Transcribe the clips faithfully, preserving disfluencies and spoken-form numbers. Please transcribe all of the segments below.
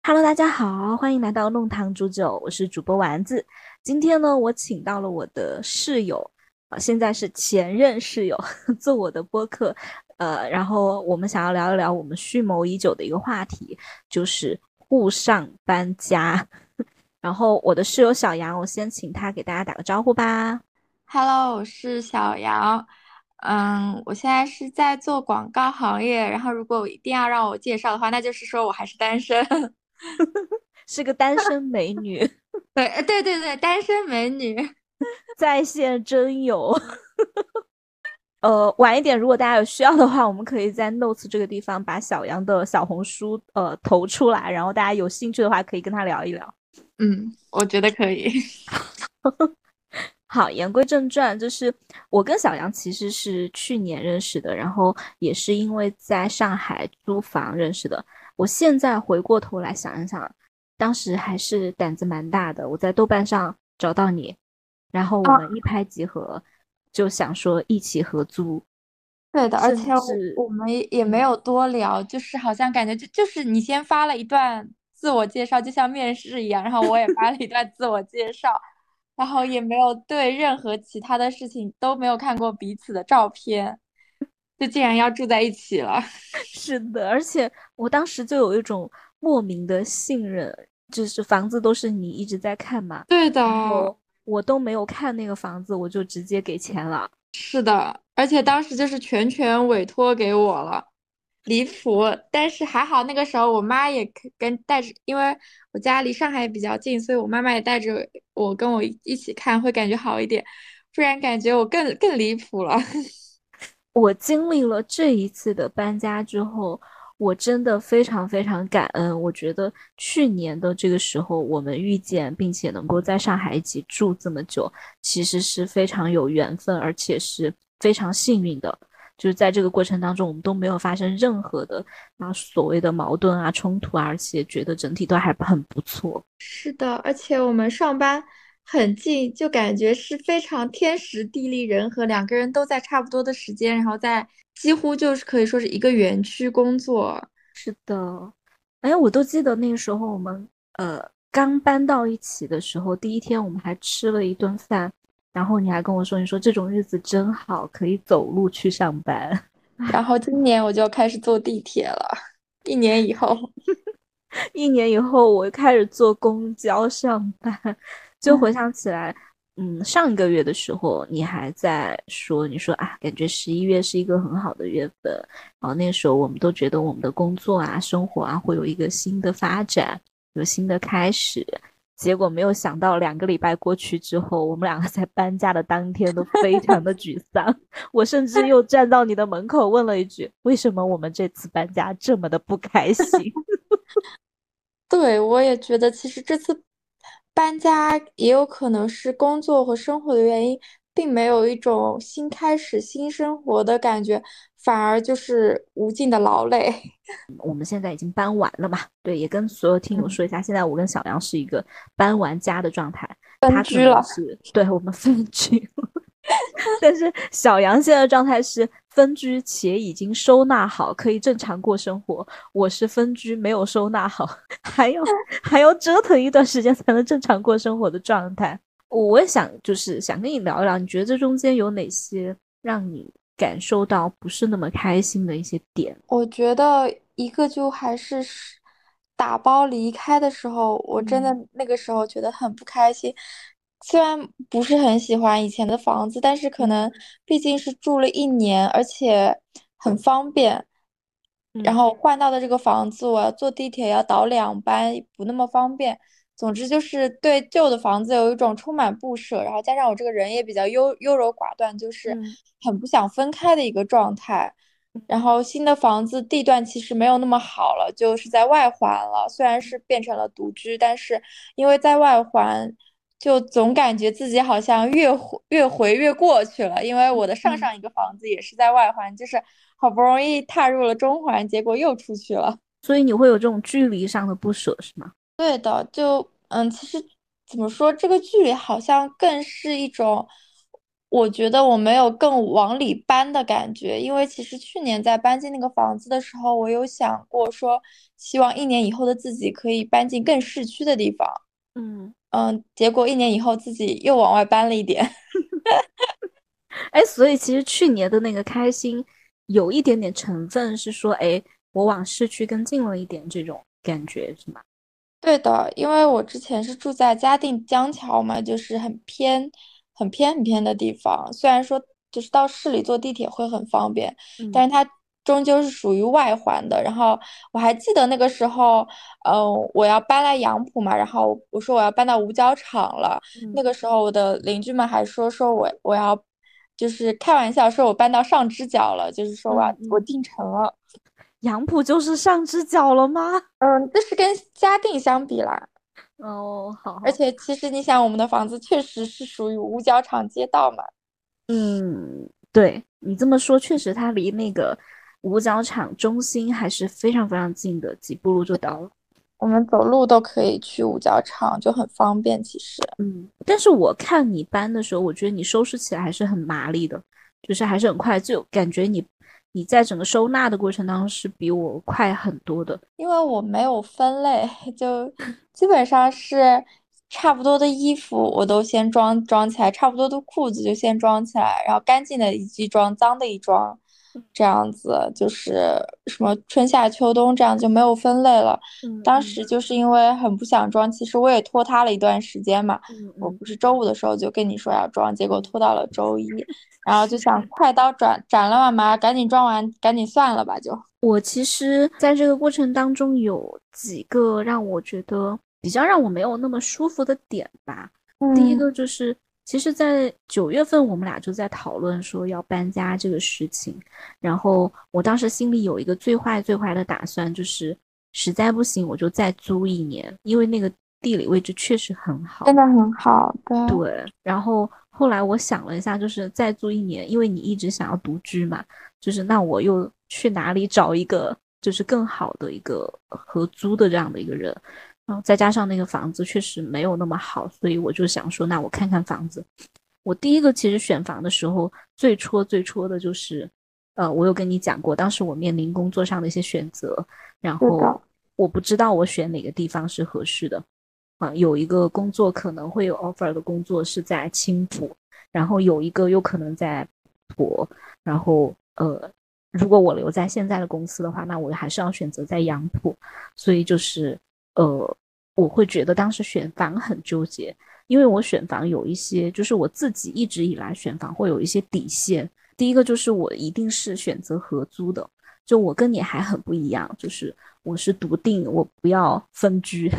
Hello，大家好，欢迎来到弄堂煮酒，我是主播丸子。今天呢，我请到了我的室友，啊、现在是前任室友，做我的播客。呃，然后我们想要聊一聊我们蓄谋已久的一个话题，就是沪上搬家。然后我的室友小杨，我先请他给大家打个招呼吧。 Hello，我是小姚。嗯，我现在是在做广告行业，然后如果一定要让我介绍的话，那就是说我还是单身。 是个单身美女， 对，呃对对对，单身美女。 在线征友。呃，晚一点，如果大家有需要的话，我们可以在 Notes 这个地方把小杨的小红书呃投出来，然后大家有兴趣的话可以跟他聊一聊。 嗯，我觉得可以。 好，言归正传，就是我跟小杨其实是去年认识的，然后也是因为在上海租房认识的。我现在回过头来想一想，当时还是胆子蛮大的。我在豆瓣上找到你，然后我们啊， 一拍即合，就想说一起合租， 对的，而甚且我至我们也也没嗯。 有多聊，就是好像感觉就就是你先发了一段自我介绍，就像面试一样，然后我也发了一段自我介绍，然后也没有对任何其他的事情都没有看过彼此的照片，就竟然要住在一起了。 是的，而且我当时就有一种莫名的信任，就是房子都是你一直在看嘛， 对的， 然后我都没有看那个房子，我就直接给钱了。 是的，而且当时就是全权委托给我了，离谱。但是还好那个时候我妈也跟跟带着，因为我家离上海比较近，所以我妈妈也带着我跟我一一起看，会感觉好一点，不然感觉我更更离谱了。 我经历了这一次的搬家之后，我真的非常非常感恩。我觉得去年的这个时候，我们遇见，并且能够在上海一起住这么久，其实是非常有缘分，而且是非常幸运的。就是在这个过程当中，我们都没有发生任何的啊所谓的矛盾啊冲突啊，而且觉得整体都还很不错。 是的，而且我们上班很近，就感觉是非常天时地利人和，两个人都在差不多的时间，然后在几乎就是可以说是一个园区工作。 是的，哎，我都记得那个时候我们呃刚搬到一起的时候，第一天我们还吃了一顿饭，然后你还跟我说，你说这种日子真好，可以走路去上班。 然后今年我就开始坐地铁了，一年以后。 一年以后，我开始坐公交上班，就回嗯， 想起来，嗯，上一个月的时候，你还在说，你说啊，感觉十一月是一个很好的月份，然后那时候我们都觉得我们的工作啊、生活啊会有一个新的发展，有新的开始。结果没有想到，两个礼拜过去之后，我们两个在搬家的当天都非常的沮丧。我甚至又站到你的门口问了一句：“为什么我们这次搬家这么的不开心？” 对，我也觉得，其实这次搬家也有可能是工作和生活的原因，并没有一种新开始、新生活的感觉，反而就是无尽的劳累。 我们现在已经搬完了嘛？对，也跟所有听友嗯， 说一下，现在我跟小杨是一个搬完家的状态，他可分居了。 能是对我们分居，但是小杨现在的状态是分居且已经收纳好，可以正常过生活。我是分居没有收纳好，还要还要折腾一段时间才能正常过生活的状态。我也想就是想跟你聊一聊，你觉得这中间有哪些让你感受到不是那么开心的一些点？ 我觉得一个就还是是打包离开的时候，我真的嗯那个时候觉得很不开心。虽然不是很喜欢以前的房子，但是可能嗯毕竟是住了一年，而且很方便。然嗯。 后换到的这个房子，我要坐地铁要倒两班，不那么方便。总之就是对旧的房子有一种充满不舍，然后加上我这个人也比较优优柔寡断，就是嗯很不想分开的一个状态。然后新的房子地段其实没有那么好了，就是在外环了。虽然是变成了独居，但是因为在外环，就总感觉自己好像越回越回越过去了。因为我的上嗯， 上一个房子也是在外环，就是好不容易踏入了中环，结果又出去了。 所以你会有这种距离上的不舍，是吗？ 对的，就嗯，其实怎么说，这个距离好像更是一种。 我觉得我没有更往里搬的感觉，因为其实去年在搬进那个房子的时候，我有想过说，希望一年以后的自己可以搬进更市区的地方。 嗯， 嗯，结果一年以后自己又往外搬了一点。 哎，所以其实去年的那个开心，有一点点成分是说，哎，我往市区更近了一点，这种感觉是吗？ 对的，因为我之前是住在嘉定江桥嘛，就是很偏、很偏、很偏的地方。虽然说就是到市里坐地铁会很方便，但嗯是它终究是属于外环的。然后我还记得那个时候，嗯、我要搬来杨浦嘛，然后我说我要搬到五角场了。那嗯个时候我的邻居们还说说我我要，就是开玩笑说我搬到上支角了，就是说我要我嗯嗯， 进城了。 杨浦就是上只脚了吗？ 嗯，这是跟嘉定相比啦。 哦，好好。 而且其实你想，我们的房子确实是属于五角场街道嘛， 嗯，对你这么说，确实它离那个五角场中心还是非常非常近的，几步路就到了。 我们走路都可以去五角场，就很方便。其实， 嗯，但是我看你搬的时候，我觉得你收拾起来还是很麻利的，就是还是很快，就感觉你你在整个收纳的过程当中是比我快很多的。 因为我没有分类，就基本上是差不多的衣服我都先装装起来，差不多的裤子就先装起来，然后干净的一季装，脏的一装，这样子就是什么春夏秋冬这样就没有分类了。当嗯嗯时就是因为很不想装，其实我也拖沓了一段时间嘛。 嗯嗯我不是周五的时候就跟你说要装，结果嗯， 拖到了周一，然后就想快刀斩斩乱麻，赶紧装完，赶紧算了吧就。 我其实在这个过程当中有几个让我觉得比较让我没有那么舒服的点吧。第一嗯个就是，其实，在九月份我们俩就在讨论说要搬家这个事情，然后我当时心里有一个最坏最坏的打算，就是实在不行我就再租一年，因为那个地理位置确实很好。 真的很好，对。 对，然后后来我想了一下，就是再租一年，因为你一直想要独居嘛，就是那我又去哪里找一个就是更好的一个合租的这样的一个人，然后再加上那个房子确实没有那么好，所以我就想说，那我看看房子。我第一个其实选房的时候，最戳最戳的就是，呃，我有跟你讲过，当时我面临工作上的一些选择，然后是的。 我不知道我选哪个地方是合适的。啊，有一个工作可能会有 offer 的工作是在青浦，然后有一个又可能在博，然后呃，如果我留在现在的公司的话，那我还是要选择在杨浦，所以就是呃，我会觉得当时选房很纠结，因为我选房有一些就是我自己一直以来选房会有一些底线，第一个就是我一定是选择合租的，就我跟你还很不一样，就是我是笃定我不要分居。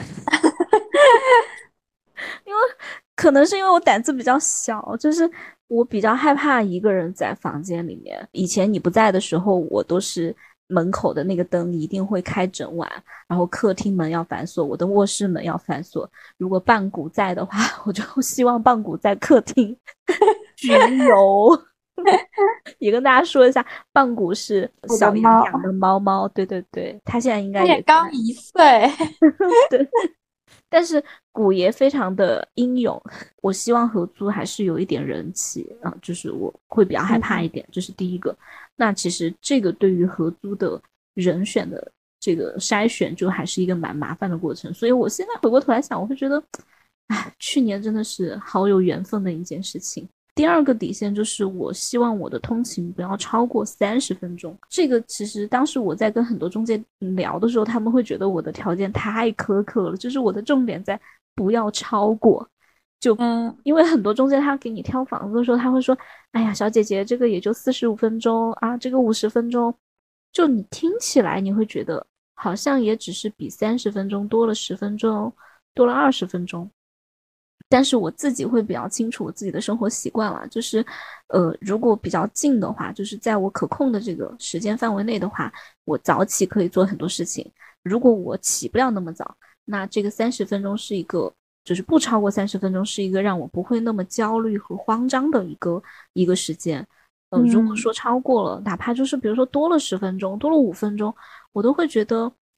因为可能是因为我胆子比较小，就是我比较害怕一个人在房间里面。以前你不在的时候，我都是门口的那个灯一定会开整晚，然后客厅门要反锁，我的卧室门要反锁。如果棒骨在的话，我就希望棒骨在客厅巡游。也跟大家说一下，棒骨是小杨我的猫， 养的猫猫，对对对，它现在应该它也也在。 刚一岁。 对，但是古爷非常的英勇，我希望合租还是有一点人气啊，就是我会比较害怕一嗯， 点，这是第一个。那其实这个对于合租的人选的这个筛选，就还是一个蛮麻烦的过程。所以我现在回过头来想，我会觉得，哎，去年真的是好有缘分的一件事情。第二个底线就是，我希望我的通勤不要超过三十分钟。这个其实当时我在跟很多中介聊的时候，他们会觉得我的条件太苛刻了，就是我的重点在不要超过。就嗯， 因为很多中介他给你挑房子的时候，他会说：“哎呀，小姐姐，这个也就四十五分钟啊，这个五十分钟。”就你听起来你会觉得好像也只是比三十分钟多了十分钟，多了二十分钟。但是我自己会比较清楚我自己的生活习惯了，就是，呃，如果比较近的话，就是在我可控的这个时间范围内的话，我早起可以做很多事情。如果我起不了那么早，那这个三十分钟是一个，就是不超过三十分钟是一个让我不会那么焦虑和慌张的一个一个时间。呃，如果嗯， 说超过了，哪怕就是比如说多了十分钟，多了五分钟，我都会觉得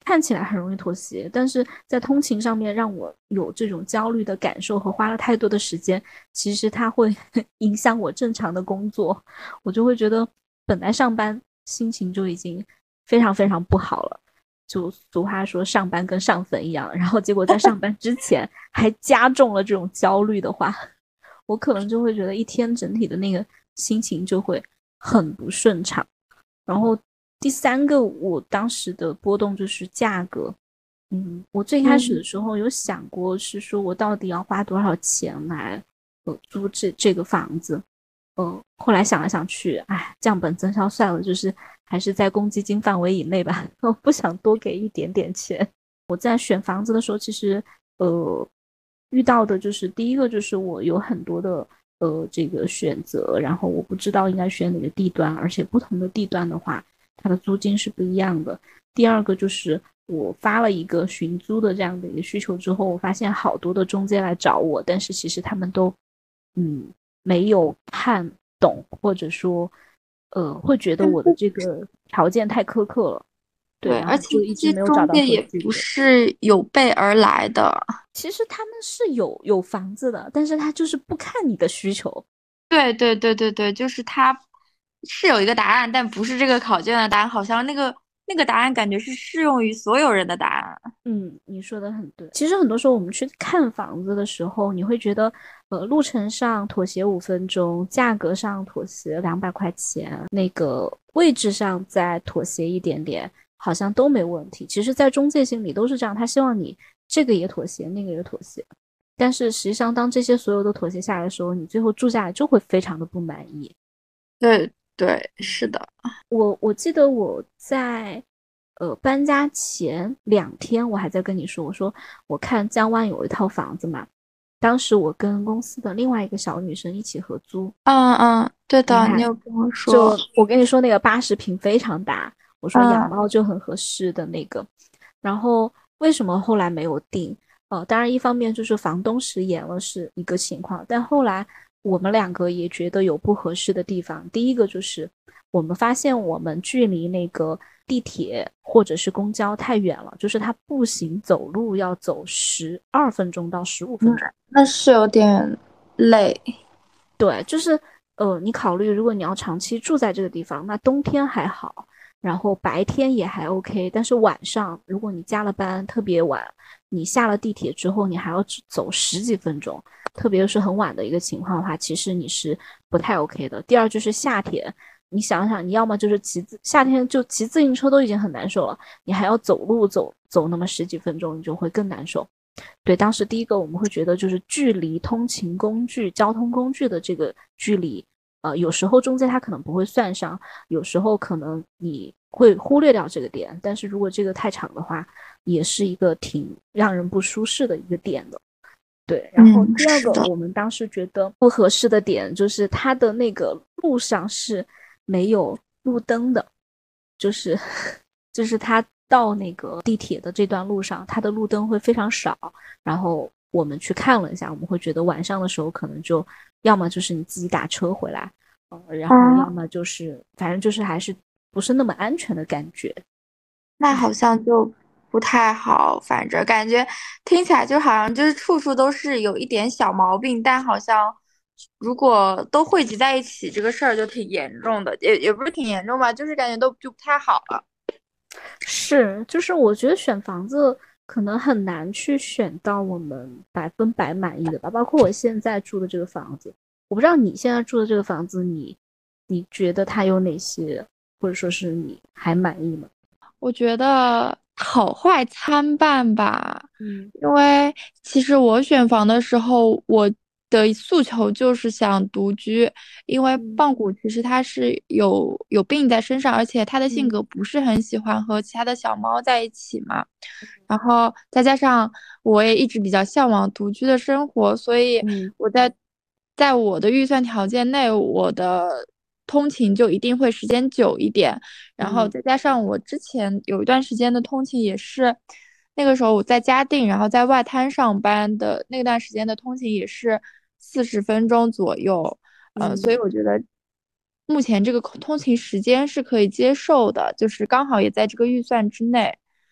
看起来很容易妥协，但是在通勤上面让我有这种焦虑的感受和花了太多的时间，其实它会影响我正常的工作，我就会觉得本来上班心情就已经非常非常不好了，就俗话说上班跟上坟一样，然后结果在上班之前还加重了这种焦虑的话，我可能就会觉得一天整体的那个心情就会很不顺畅。然后第三个我当时的波动就是价格，嗯，我最开始的嗯时候有想过是说我到底要花多少钱来呃租这这个房子，呃，后来想来想去，哎，降本增效算了，就是还是在公积金范围以内吧，我不想多给一点点钱。我在选房子的时候，其实呃遇到的就是第一个就是我有很多的呃这个选择，然后我不知道应该选哪个地段，而且不同的地段的话，它的租金是不一样的。第二个就是我发了一个寻租的这样的一个需求之后，我发现好多的中介来找我，但是其实他们都嗯没有看懂，或者说呃会觉得我的这个条件太苛刻了，对， 对， 然后而且就一直这些没有找到中介也不合适的。 是有备而来的。 其实他们是有有房子的，但是他就是不看你的需求。 对对对对对，就是他是有一个答案，但不是这个考卷的答案，好像那个那个答案感觉是适用于所有人的答案。 嗯，你说的很对。其实很多时候我们去看房子的时候，你会觉得，呃，路程上妥协五分钟，价格上妥协两百块钱，那个位置上再妥协一点点，好像都没问题。其实，在中介心里都是这样，他希望你这个也妥协，那个也妥协。但是实际上，当这些所有的妥协下来的时候，你最后住下来就会非常的不满意。 对对，是的。 我我记得我在呃搬家前两天，我还在跟你说，我说我看江湾有一套房子嘛，当时我跟公司的另外一个小女生一起合租， 嗯嗯，对的，你你看， 有跟我说。 就我跟你说那个八十平非常大，我说养嗯猫就很合适的那个，然后为什么后来没有定？呃，当然一方面就是房东食言了是一个情况，但后来我们两个也觉得有不合适的地方。第一个就是我们发现我们距离那个地铁或者是公交太远了，就是他步行走路要走十二分钟到十五分嗯， 钟。 那是有点累。 对，就是呃，你考虑如果你要长期住在这个地方，那冬天还好，然后白天也还 OK，但是晚上如果你加了班特别晚，你下了地铁之后，你还要只走十几分钟，特别是很晚的一个情况的话，其实你是不太 OK 的。第二就是夏天，你想想，你要么就是骑自夏天就骑自行车都已经很难受了，你还要走路走走那么十几分钟，你就会更难受。对，当时第一个我们会觉得就是距离通勤工具、交通工具的这个距离，呃，有时候中间它可能不会算上，有时候可能你会忽略掉这个点，但是如果这个太长的话，也是一个挺让人不舒适的一个点的。对，然后嗯， 第二个是的。 我们当时觉得不合适的点就是它的那个路上是没有路灯的，就是就是它到那个地铁的这段路上，它的路灯会非常少。然后我们去看了一下，我们会觉得晚上的时候可能就要么就是你自己打车回来，呃，然后要嗯， 么就是反正就是还是不是那么安全的感觉。 那好像就不太好，反正感觉听起来就好像就是处处都是有一点小毛病，但好像如果都汇集在一起，这个事儿就挺严重的，也也不是挺严重吧，就是感觉都就不太好了。 是，就是我觉得选房子可能很难去选到我们百分百满意的吧。包括我现在住的这个房子，我不知道你现在住的这个房子，你你觉得它有哪些，或者说是你还满意吗？ 我觉得好坏参半吧， 嗯因为其实我选房的时候，我的诉求就是想独居，因为嗯棒骨其实它是有有病在身上，而且它的性嗯格不是很喜欢和其他的小猫在一起嘛，然后再加上我也一直比较向往独居的生活，所以嗯我在在我的预算条件内，我的通勤就一定会时间久一点。然后嗯再加上我之前有一段时间的通勤也是，那个时候我在嘉定，然后在外滩上班的那段时间的通勤也是四十分钟左右，呃，所嗯以我觉得目前这个通勤时间是可以接受的，就是刚好也在这个预算之内。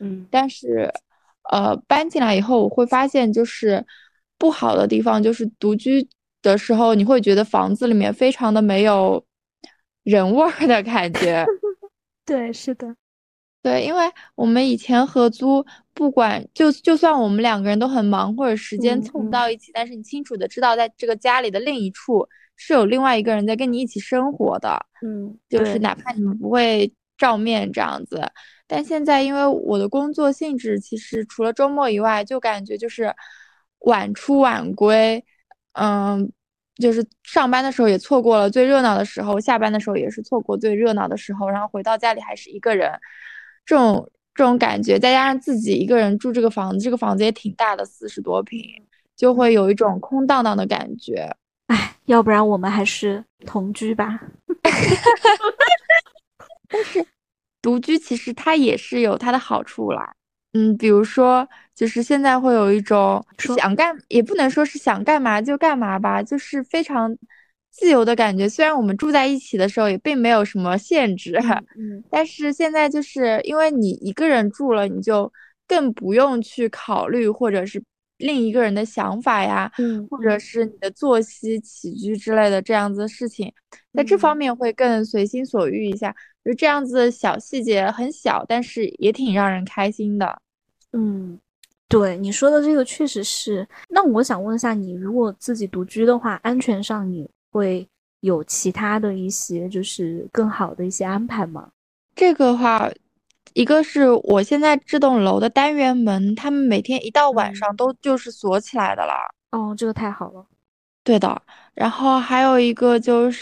嗯但是，呃，搬进来以后，我会发现就是不好的地方，就是独居的时候，你会觉得房子里面非常的没有人味儿的感觉。 对，是的， 对，因为我们以前合租，不管就就算我们两个人都很忙，或者时间凑不嗯嗯到一起，但是你清楚的知道，在这个家里的另一处是有另外一个人在跟你一起生活的， 嗯， 就是对， 哪怕你们不会照面这样子。但现在因为我的工作性质，其实除了周末以外，就感觉就是晚出晚归，嗯，就是上班的时候也错过了最热闹的时候，下班的时候也是错过最热闹的时候，然后回到家里还是一个人，这种这种感觉，再加上自己一个人住这个房子，这个房子也挺大的，四十多平，就会有一种空荡荡的感觉。 哎，要不然我们还是同居吧。 独居其实它也是有它的好处啦。嗯，比如说，就是现在会有一种说， 想干，也不能说是想干嘛就干嘛吧，就是非常自由的感觉。虽然我们住在一起的时候也并没有什么限制， 嗯嗯但是现在就是因为你一个人住了，你就更不用去考虑或者是另一个人的想法呀，或者嗯嗯是你的作息起居之类的这样子的事情，在这方嗯面会更随心所欲一下。就这样子的小细节很小，但是也挺让人开心的。 嗯，对你说的这个确实是。那我想问一下，你如果自己独居的话，安全上你会有其他的一些就是更好的一些安排吗？ 这个话，一个是我现在这栋楼的单元门，他们每天一到晚嗯， 上都就是锁起来的啦。 哦，这个太好了。 对的，然后还有一个就是，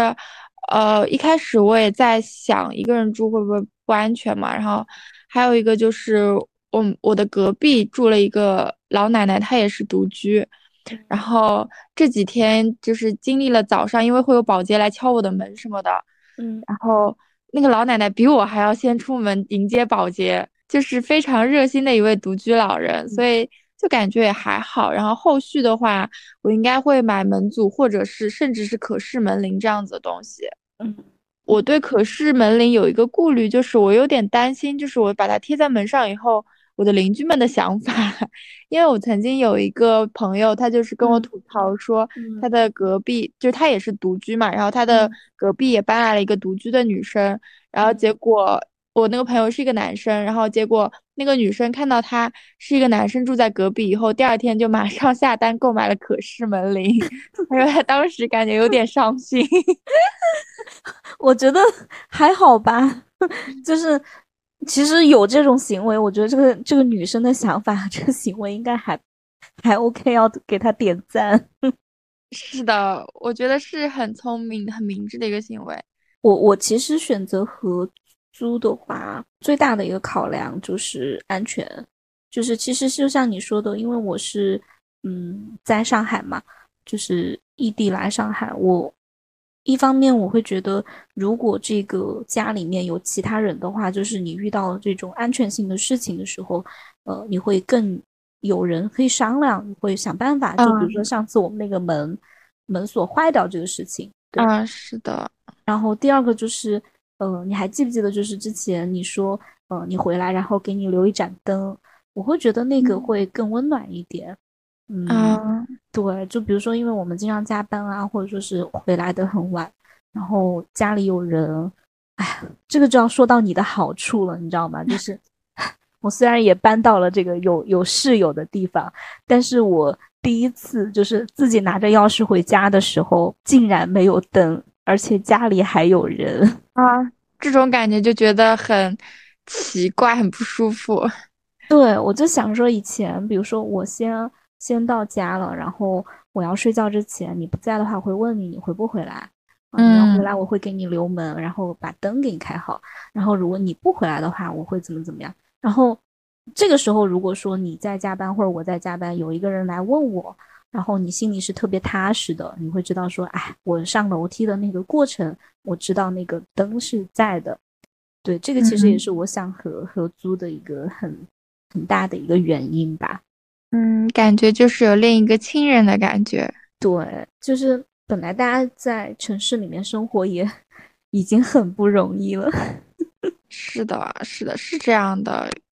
呃，一开始我也在想一个人住会不会不安全嘛，然后还有一个就是我我的隔壁住了一个老奶奶，她也是独居，然后这几天就是经历了早上，因为会有保洁来敲我的门什么的， 嗯然后那个老奶奶比我还要先出门迎接保洁，就是非常热心的一位独居老人，所嗯以就感觉也还好。然后后续的话，我应该会买门阻，或者是甚至是可视门铃这样子的东西。 嗯我对可视门铃有一个顾虑，就是我有点担心，就是我把它贴在门上以后，我的邻居们的想法。因为我曾经有一个朋友，他就是跟我嗯吐槽说，他嗯的隔壁就是他也是独居嘛，然后他的嗯隔壁也搬来了一个独居的女生，然后结果我那个朋友是一个男生，然后结果那个女生看到他是一个男生住在隔壁以后，第二天就马上下单购买了可视门铃，因为他当时感觉有点伤心。 我觉得还好吧，就是其实有这种行为，我觉得这个这个女生的想法，这个行为应该还还 OK，要给她点赞。 是的，我觉得是很聪明、很明智的一个行为。 我我其实选择合租的话，最大的一个考量就是安全，就是其实就像你说的，因为我是嗯在上海嘛，就是异地来上海，我一方面我会觉得，如果这个家里面有其他人的话，就是你遇到这种安全性的事情的时候，呃，你会更有人可以商量，你会想办法。就比如说嗯上次我们那个门门锁坏掉这个事情，对。 嗯，是的， 然后第二个就是，呃，你还记不记得，就是之前你说，呃，你回来然后给你留一盏灯，我会觉得那个嗯会更温暖一点。嗯， 啊， 对，就比如说，因为我们经常加班啊，或者说是回来的很晚，然后家里有人，哎，这个就要说到你的好处了，你知道吗？就是我虽然也搬到了这个有有室友的地方，但是我第一次就是自己拿着钥匙回家的时候，竟然没有灯，而且家里还有人。 啊，这种感觉就觉得很奇怪，很不舒服。 对，我就想说，以前比如说我先先到家了，然后我要睡觉之前，你不在的话，我会问你你回不回来啊？你要回来， 嗯我会给你留门，然后把灯给你开好。然后如果你不回来的话，我会怎么怎么样？然后这个时候，如果说你在加班或者我在加班，有一个人来问我，然后你心里是特别踏实的，你会知道说，哎，我上楼梯的那个过程，我知道那个灯是在的。对，这个其实也嗯是我想合合租的一个很很大的一个原因吧。 嗯，感觉就是有另一个亲人的感觉。 对，就是本来大家在城市里面生活也已经很不容易了。 是的，是的，是这样的。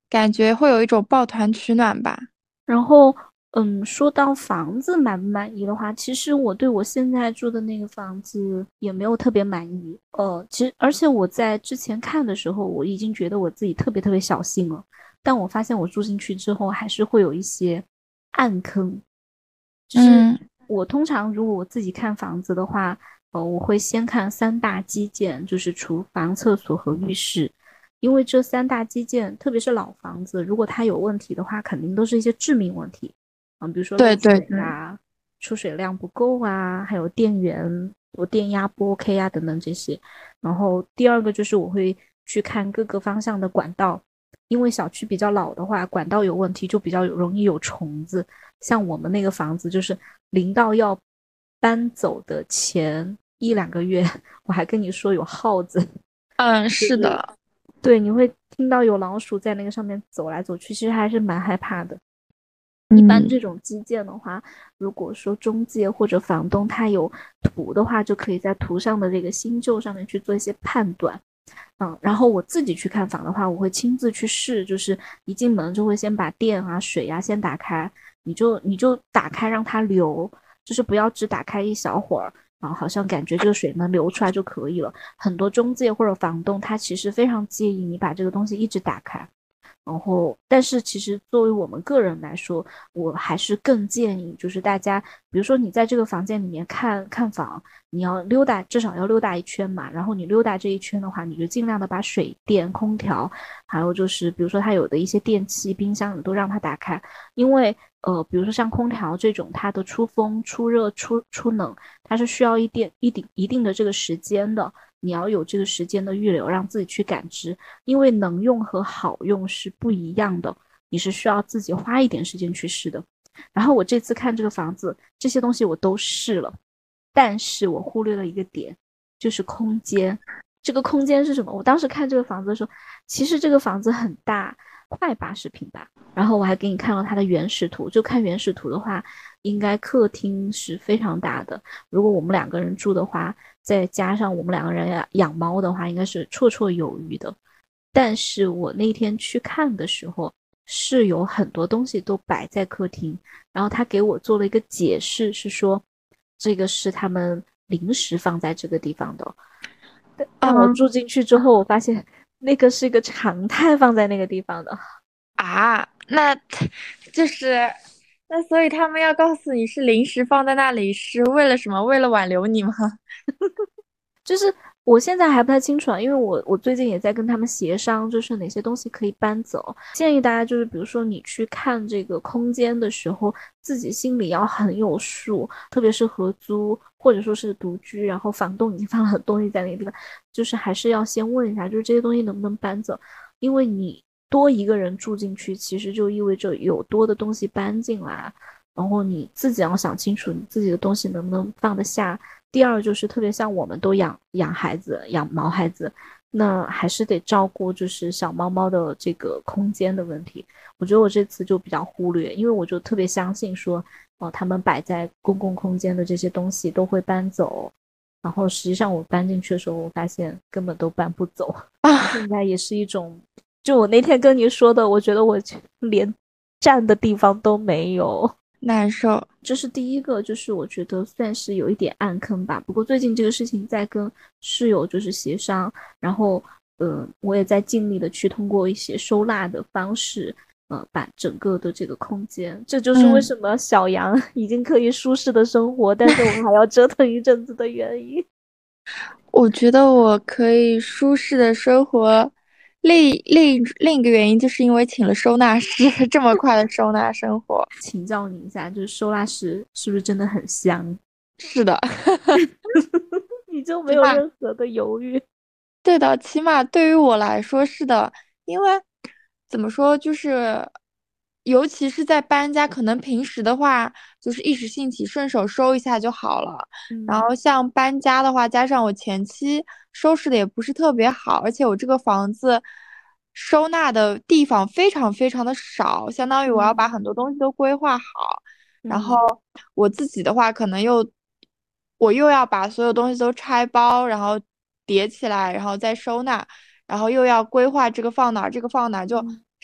感觉会有一种抱团取暖吧。 然后，嗯，说到房子满不满意的话，其实我对我现在住的那个房子也没有特别满意。呃，其实而且我在之前看的时候，我已经觉得我自己特别特别小心了，但我发现我住进去之后，还是会有一些暗坑。就是嗯我通常如果我自己看房子的话，呃，我会先看三大基建，就是厨房、厕所和浴室。因为这三大基建，特别是老房子，如果它有问题的话，肯定都是一些致命问题，嗯，比如说漏对对水对。 啊、出水量不够啊，还有电源、我电压不 OK 啊等等这些。然后第二个就是我会去看各个方向的管道，因为小区比较老的话，管道有问题就比较有容易有虫子。像我们那个房子，就是临到要搬走的前一两个月，我还跟你说有耗子。 嗯， 就是是的。 对，你会听到有老鼠在那个上面走来走去，其实还是蛮害怕的。一般嗯这种基建的话，如果说中介或者房东他有图的话，就可以在图上的这个新旧上面去做一些判断。嗯，然后我自己去看房的话，我会亲自去试，就是一进门就会先把电啊、水啊先打开，你就你就打开让它流，就是不要只打开一小会儿，然后好像感觉这个水能流出来就可以了。很多中介或者房东他其实非常介意你把这个东西一直打开。然后，但是其实作为我们个人来说，我还是更建议，就是大家，比如说你在这个房间里面看看房，你要溜达，至少要溜达一圈嘛。然后你溜达这一圈的话，你就尽量的把水电、空调，还有就是比如说它有的一些电器、冰箱，你都让它打开，因为呃，比如说像空调这种，它的出风、出热、出出冷，它是需要一定一定一定的这个时间的。你要有这个时间的预留，让自己去感知。因为能用和好用是不一样的，你是需要自己花一点时间去试的。然后我这次看这个房子，这些东西我都试了，但是我忽略了一个点，就是空间。这个空间是什么？我当时看这个房子的时候，其实这个房子很大，快八十平吧。然后我还给你看了它的原始图，就看原始图的话，应该客厅是非常大的。如果我们两个人住的话，再加上我们两个人养养猫的话，应该是绰绰有余的。但是我那天去看的时候，是有很多东西都摆在客厅，然后他给我做了一个解释，是说这个是他们临时放在这个地方的。但但我嗯住进去之后，我发现那个是一个常态放在那个地方的。 啊，那就是那所以他们要告诉你是临时放在那里是为了什么？为了挽留你吗？ 就是我现在还不太清楚啊，因为我我最近也在跟他们协商，就是哪些东西可以搬走。建议大家就是，比如说你去看这个空间的时候，自己心里要很有数，特别是合租或者说是独居，然后房东已经放了很多东西在那个地方，就是还是要先问一下，就是这些东西能不能搬走，因为你多一个人住进去，其实就意味着有多的东西搬进来，然后你自己要想清楚你自己的东西能不能放得下。第二就是特别像我们都养养孩子、养毛孩子，那还是得照顾就是小猫猫的这个空间的问题。我觉得我这次就比较忽略，因为我就特别相信说，哦，他们摆在公共空间的这些东西都会搬走，然后实际上我搬进去的时候，我发现根本都搬不走。 啊， 现在也是一种，就我那天跟你说的，我觉得我连站的地方都没有。 难受。 这是第一个，就是我觉得算是有一点暗坑吧。不过最近这个事情在跟室友就是协商，然后呃，我也在尽力的去通过一些收纳的方式，呃，把整个的这个空间，这就是为嗯， 什么小杨已经可以舒适的生活，但是我们还要折腾一阵子的原因。 我觉得我可以舒适的生活，另另另一个原因就是因为请了收纳师，这么快的收纳生活。 请教你一下，就是收纳师是不是真的很香？ 是的。 你就没有起码任何的犹豫？ 对的，起码对于我来说是的，因为怎么说，就是尤其是在搬家，可能平时的话就是一时兴起顺手收一下就好了。然嗯后像搬家的话，加上我前期收拾的也不是特别好，而且我这个房子收纳的地方非常非常的少，相当于我要把嗯很多东西都规划好。然后嗯我自己的话，可能又我又要把所有东西都拆包，然后叠起来，然后再收纳，然后又要规划这个放哪儿，这个放哪儿，就嗯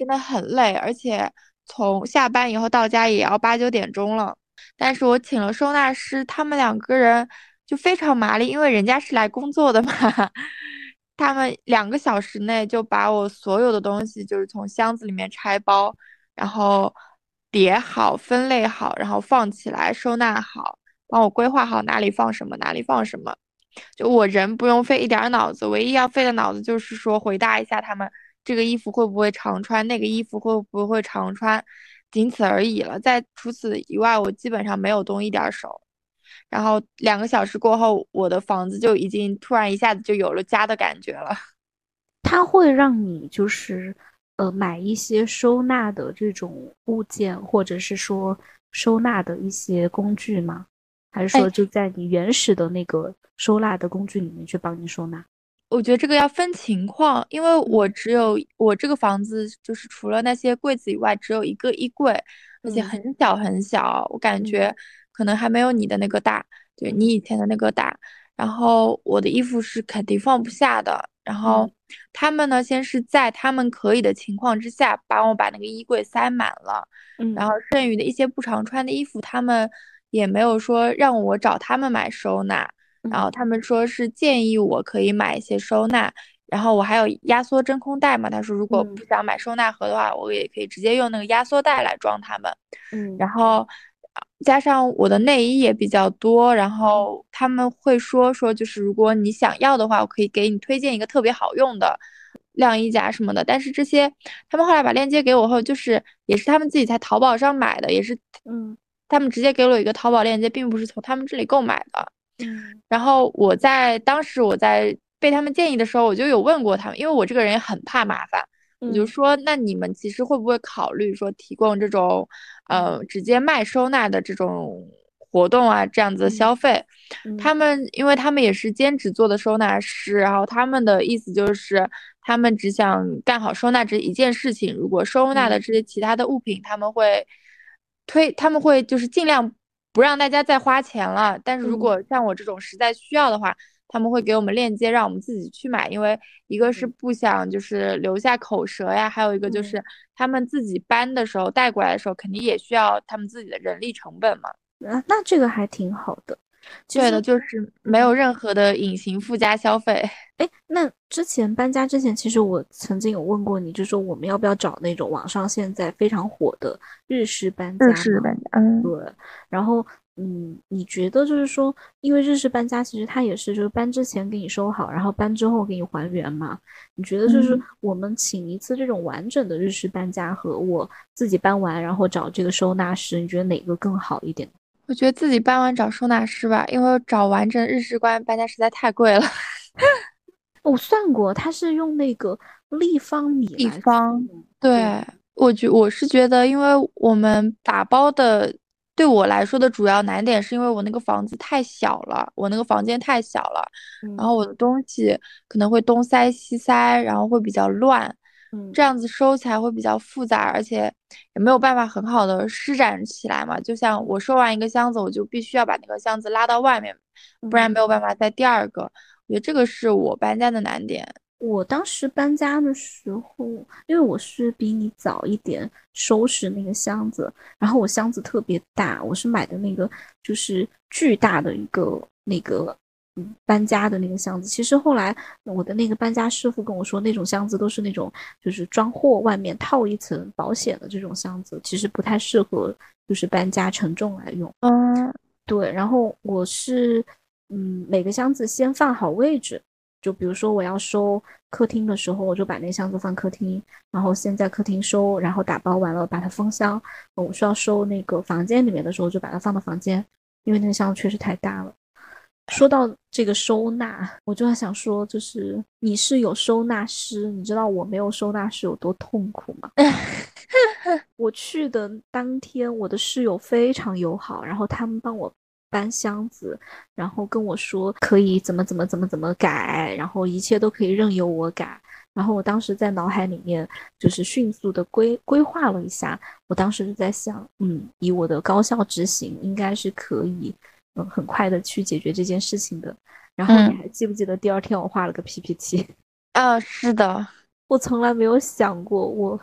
真的很累，而且从下班以后到家也要八九点钟了。但是我请了收纳师，他们两个人就非常麻利，因为人家是来工作的嘛，他们两个小时内就把我所有的东西就是从箱子里面拆包，然后叠好、分类好，然后放起来、收纳好，帮我规划好哪里放什么，哪里放什么。就我人不用费一点儿脑子，唯一要费的脑子就是说回答一下他们这个衣服会不会常穿，那个衣服会不会常穿，仅此而已了。在除此以外，我基本上没有动一点儿手。然后两个小时过后，我的房子就已经突然一下子就有了家的感觉了。 它会让你就是呃买一些收纳的这种物件，或者是说收纳的一些工具吗？还是哎， 说就在你原始的那个收纳的工具里面去帮你收纳？ 我觉得这个要分情况，因为我嗯只有我这个房子就是除了那些柜子以外，只有一个衣柜，而且嗯很小很小，我感嗯觉可能还没有你的那个大，对你嗯以前的那个大。然后我的衣服是肯定放不下的。然后嗯他们呢，先是在他们可以的情况之下，帮我把那个衣柜塞满了，然嗯后剩余的一些不常穿的衣服，他们也没有说让我找他们买收纳。然后嗯他们说是建议我可以买一些收纳，然后我还有压缩真空袋嘛，他说如果嗯不想买收纳盒的话，我也可以直接用那个压缩袋来装它们。 嗯然后呃加上我的内衣也比较多，然嗯后他们会说说就是如果你想要的话，我可以给你推荐一个特别好用的晾衣夹什么的。但是这些他们后来把链接给我后，就是也是他们自己在淘宝上买的，也是嗯他们直接给了我一个淘宝链接，并不是从他们这里购买的。 嗯然后我在当时我在被他们建议的时候，我就有问过他们，因为我这个人也很怕麻烦，我就嗯说，那你们其实会不会考虑说提供这种嗯呃直接卖收纳的这种活动啊，这样子的嗯消费？ 嗯他们因为他们也是兼职做的收纳师，然后他们的意思就是他们只想干好收纳这一件事情，如果收纳的嗯这些其他的物品，他们会推，他们会就是尽量不让大家再花钱了。但是如嗯果像我这种实在需要的话，他们会给我们链接，让我们自己去买。因为一个是嗯不想就是留下口舌呀，还有一个就嗯是他们自己搬的时候带过来的时候，肯定也需要他们自己的人力成本嘛。 啊，那这个还挺好的。其实， 对的，就是没有嗯。 任何的隐形附加消费。 哎，那之前搬家之前，其实我曾经有问过你，就说我们要不要找那种网上现在非常火的日式搬日家嘛？ 式搬家，嗯， 对，然后嗯，你觉得就是说，因为日式搬家其实它也是就是搬之前给你收好，然后搬之后给你还原嘛？你觉得就是嗯， 我们请一次这种完整的日式搬家和我自己搬完然后找这个收纳师，你觉得哪个更好一点？ 我觉得自己搬完找收纳师吧，因为找完整日式官搬家实在太贵了。 我算过，它是用那个立方米地来算方， 的，对。 对，我觉我是觉得，因为我们打包的，对我来说的主要难点是因为我那个房子太小了，我那个房间太小了，然嗯后我的东西可能会东塞西塞，然后会比较乱， 嗯这样子收起来会比较复杂，而且也没有办法很好的施展起来嘛。就像我收完一个箱子，我就必须要把那个箱子拉到外面，不然嗯， 没有办法再第二个。我觉得这个是我搬家的难点。 我当时搬家的时候，因为我是比你早一点收拾那个箱子，然后我箱子特别大，我是买的那个就是巨大的一个那个嗯搬家的那个箱子。其实后来我的那个搬家师傅跟我说，那种箱子都是那种就是装货外面套一层保险的这种箱子，其实不太适合就是搬家承重来用。 嗯对，然后我是，嗯，每个箱子先放好位置，就比如说我要收客厅的时候，我就把那个箱子放客厅，然后先在客厅收，然后打包完了把它封箱。呃我需要收那个房间里面的时候，就把它放到房间，因为那个箱子确实太大了。说到这个收纳，我就想说，就是你是有收纳师，你知道我没有收纳师有多痛苦吗？我去的当天，我的室友非常友好，然后他们帮我搬箱子，然后跟我说可以怎么怎么怎么怎么改，然后一切都可以任由我改。然后我当时在脑海里面就是迅速的规规划了一下，我当时就在想，嗯，以我的高效执行，应该是可以，嗯，很快的去解决这件事情的。然后你嗯， 还记不记得第二天我画了个 P P T？ 啊，是的， 我从来没有想过我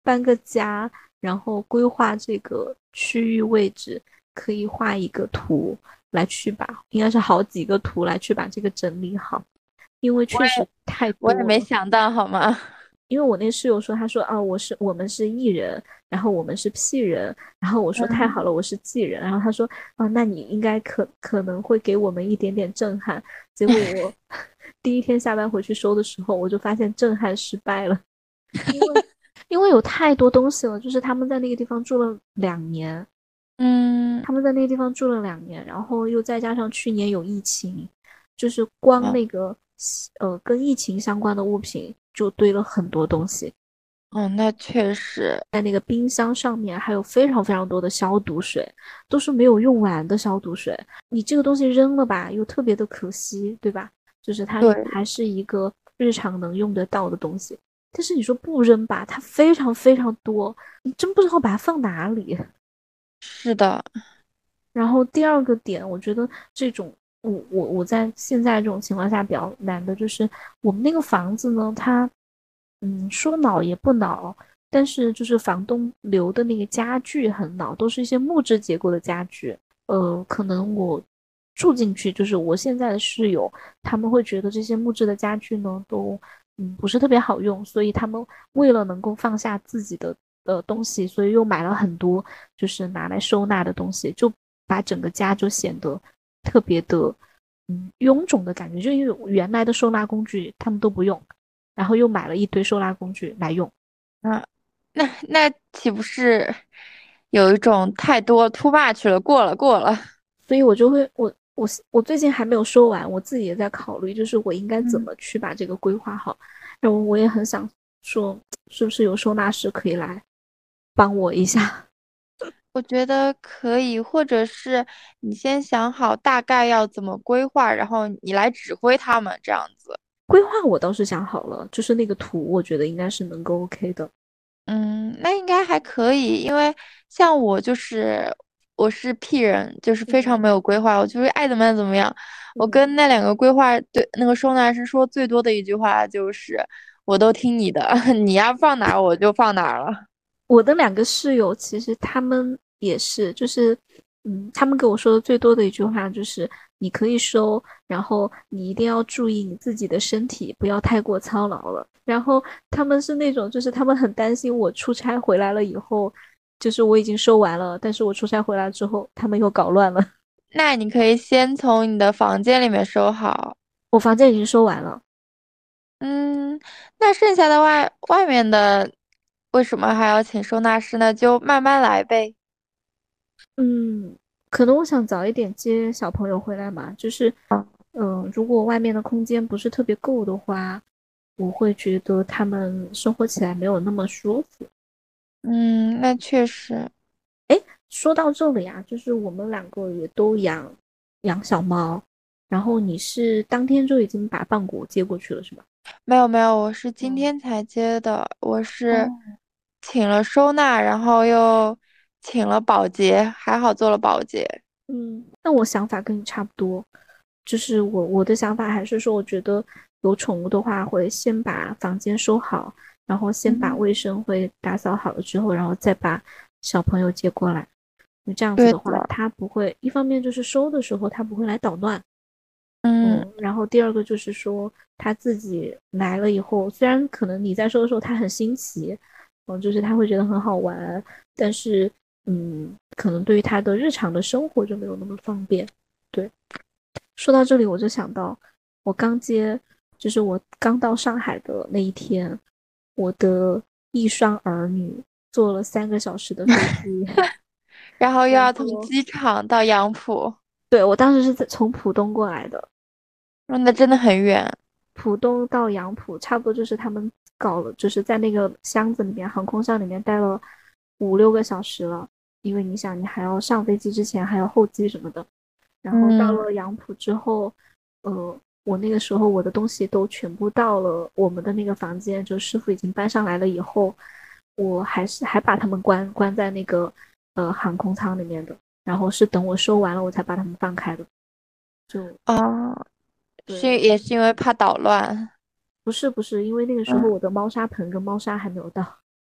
搬个家，然后规划这个区域位置，可以画一个图来去把，应该是好几个图来去把这个整理好，因为确实太我也没多了。 想到，好吗？ 因为我那室友说，他说啊，我是我们是 E 人，然后我们是 P 人，然后我说太好了，我是 G 人，然后他说啊，那你应该可可能会给我们一点点震撼。结果我第一天下班回去收的时候，我就发现震撼失败了，因为因为有太多东西了，就是他们在那个地方住了两年， 嗯， 他们在那个地方住了两年，然后又再加上去年有疫情，就是光啊， 那个呃跟疫情相关的物品就堆了很多东西。 哦，那确实。 在那个冰箱上面还有非常非常多的消毒水，都是没有用完的消毒水。你这个东西扔了吧，又特别的可惜，对吧？就是它对， 还是一个日常能用得到的东西。但是你说不扔吧，它非常非常多，你真不知道把它放哪里。 是的。 然后第二个点，我觉得这种我我我在现在这种情况下比较难的就是我们那个房子呢，它嗯说老也不老，但是就是房东留的那个家具很老，都是一些木质结构的家具。呃，可能我住进去，就是我现在的室友，他们会觉得这些木质的家具呢都嗯不是特别好用，所以他们为了能够放下自己的呃东西，所以又买了很多就是拿来收纳的东西，就把整个家就显得特别的嗯臃肿的感觉，就因为原来的收纳工具他们都不用，然后又买了一堆收纳工具来用。 啊，那那岂不是有一种太多 too much 了，过了过了。 所以我就会，我我我最近还没有说完，我自己也在考虑，就是我应该怎嗯， 么去把这个规划好。然后我也很想说，是不是有收纳师可以来帮我一下？ 我觉得可以，或者是你先想好大概要怎么规划，然后你来指挥他们这样子。 规划我倒是想好了，就是那个图，我觉得应该是能够 OK 的。 嗯，那应该还可以，因为像我就是我是 P 人，就是非常嗯没有规划，我就是爱怎么样怎么样。我嗯， 跟那两个规划对那个收纳师说最多的一句话就是我都听你的，你要放哪儿我就放哪儿了。 我的两个室友其实他们也是，就是嗯，他们跟我说的最多的一句话就是你可以收，然后你一定要注意你自己的身体，不要太过操劳了。然后他们是那种，就是他们很担心我出差回来了以后，就是我已经收完了，但是我出差回来之后，他们又搞乱了。 那你可以先从你的房间里面收好。 我房间已经收完了。 嗯，那剩下的外外面的，为什么还要请收纳师呢？就慢慢来呗。 嗯，可能我想早一点接小朋友回来嘛，就是，嗯、如果外面的空间不是特别够的话，我会觉得他们生活起来没有那么舒服。 嗯，那确实。 说到这里啊，就是我们两个也都养养小猫，然后你是当天就已经把棒果接过去了是吧？ 没有没有，我是今嗯， 天才接的，我是哦， 请了收纳，然后又请了保洁，还好做了保洁。 嗯，那我想法跟你差不多，就是我我的想法还是说，我觉得有宠物的话，会先把房间收好，然后先把嗯， 卫生会打扫好了之后，然后再把小朋友接过来。你这样子的话， 对的。 他不会，一方面就是收的时候他不会来捣乱， 嗯， 嗯，然后第二个就是说他自己来了以后，虽然可能你在收的时候他很新奇，嗯，就是他会觉得很好玩，但是嗯，可能对于他的日常的生活就没有那么方便。对，说到这里我就想到，我刚接，就是我刚到上海的那一天，我的一双儿女坐了三个小时的飞机， 然后又要从然后机场到杨浦。 对我当时是在从浦东过来的。 嗯那真的很远。 浦东到杨浦，差不多就是他们搞了，就是在那个箱子里面，航空箱里面待了五六个小时了。因为你想，你还要上飞机之前还要候机什么的。然后到嗯， 了杨浦之后，呃，我那个时候我的东西都全部到了我们的那个房间，就师傅已经搬上来了以后，我还是还把他们关关在那个呃航空舱里面的，然后是等我收完了我才把他们放开的。就啊，是对， 也是因为怕捣乱。 不是不是，因为那个时候嗯， 我的猫砂盆跟猫砂还没有到。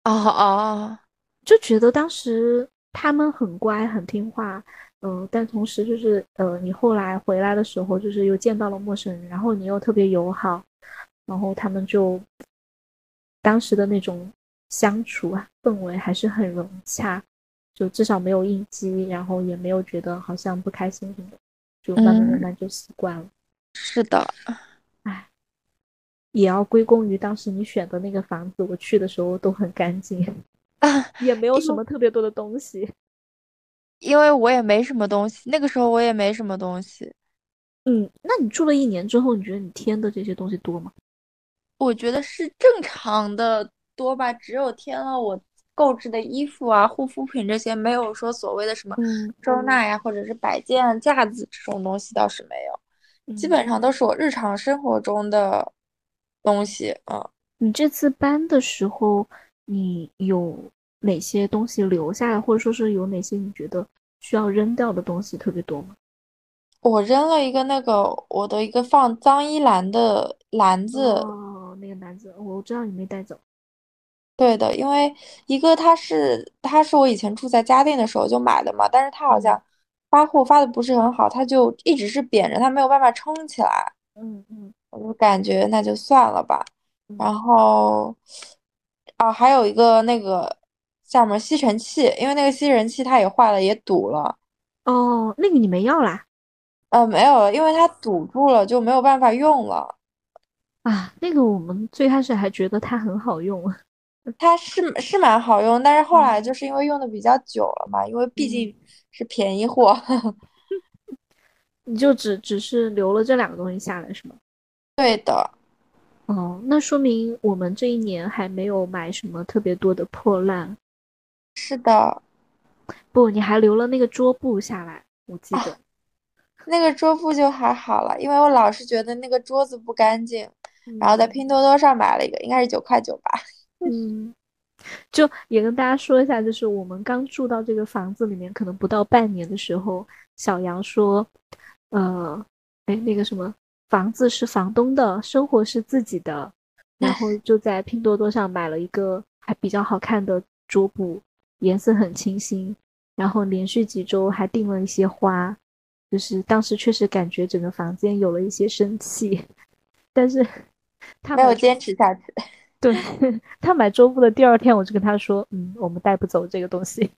哦哦， 就觉得当时他们很乖很听话，嗯、但同时就是呃，你后来回来的时候，就是又见到了陌生人，然后你又特别友好，然后他们就当时的那种相处啊氛围还是很融洽，就至少没有应激，然后也没有觉得好像不开心什么的，就慢慢慢嗯， 慢就习惯了。 是的。 唉，也要归功于当时你选的那个房子，我去的时候都很干净， 啊， 也没有因为什么特别多的东西。 因为我也没什么东西，那个时候我也没什么东西。 嗯，那你住了一年之后，你觉得你添的这些东西多吗？ 我觉得是正常的多吧，只有添了我购置的衣服啊、护肤品这些，没有说所谓的什么嗯收纳呀，或者是摆件啊、架子这种东西倒是没有，基嗯， 本上都是我日常生活中的东西。嗯， 你这次搬的时候，你有哪些东西留下来，或者说是有哪些你觉得需要扔掉的东西特别多吗？ 我扔了一个那个我的一个放脏衣篮的篮子。 哦，那个篮子，我知道你没带走。 对的，因为一个它是它是我以前住在嘉定的时候就买的嘛，但是它好嗯像发货发的不是很好，它就一直是扁着，它没有办法撑起来， 嗯嗯我就感觉那就算了吧。 嗯。 然后，哦，还有一个那个叫什么吸尘器，因为那个吸尘器它也坏了，也堵了。 哦，那个你没要啦？ 呃，没有了，因为它堵住了，就没有办法用了。 啊，那个我们最开始还觉得它很好用。 它是是蛮好用，但是后来嗯就是因为用的比较久了嘛，因为毕嗯， 竟是便宜货。 你就只只是留了这两个东西下来是吗？ 对的。 哦，那说明我们这一年还没有买什么特别多的破烂。 是的。 不，你还留了那个桌布下来，我记得。 啊，那个桌布就还好了，因为我老是觉得那个桌子不干净，然后在嗯拼多多上买了一个，应该是九块九吧。 嗯，就也跟大家说一下，就是我们刚住到这个房子里面，可能不到半年的时候，小杨说，呃，哎，那个什么，房子是房东的，生活是自己的，然后就在拼多多上买了一个还比较好看的桌布，颜色很清新，然后连续几周还订了一些花，就是当时确实感觉整个房间有了一些生气，但是他买桌没有坚持下去。 对，他买桌布的第二天，我就跟他说，嗯，我们带不走这个东西，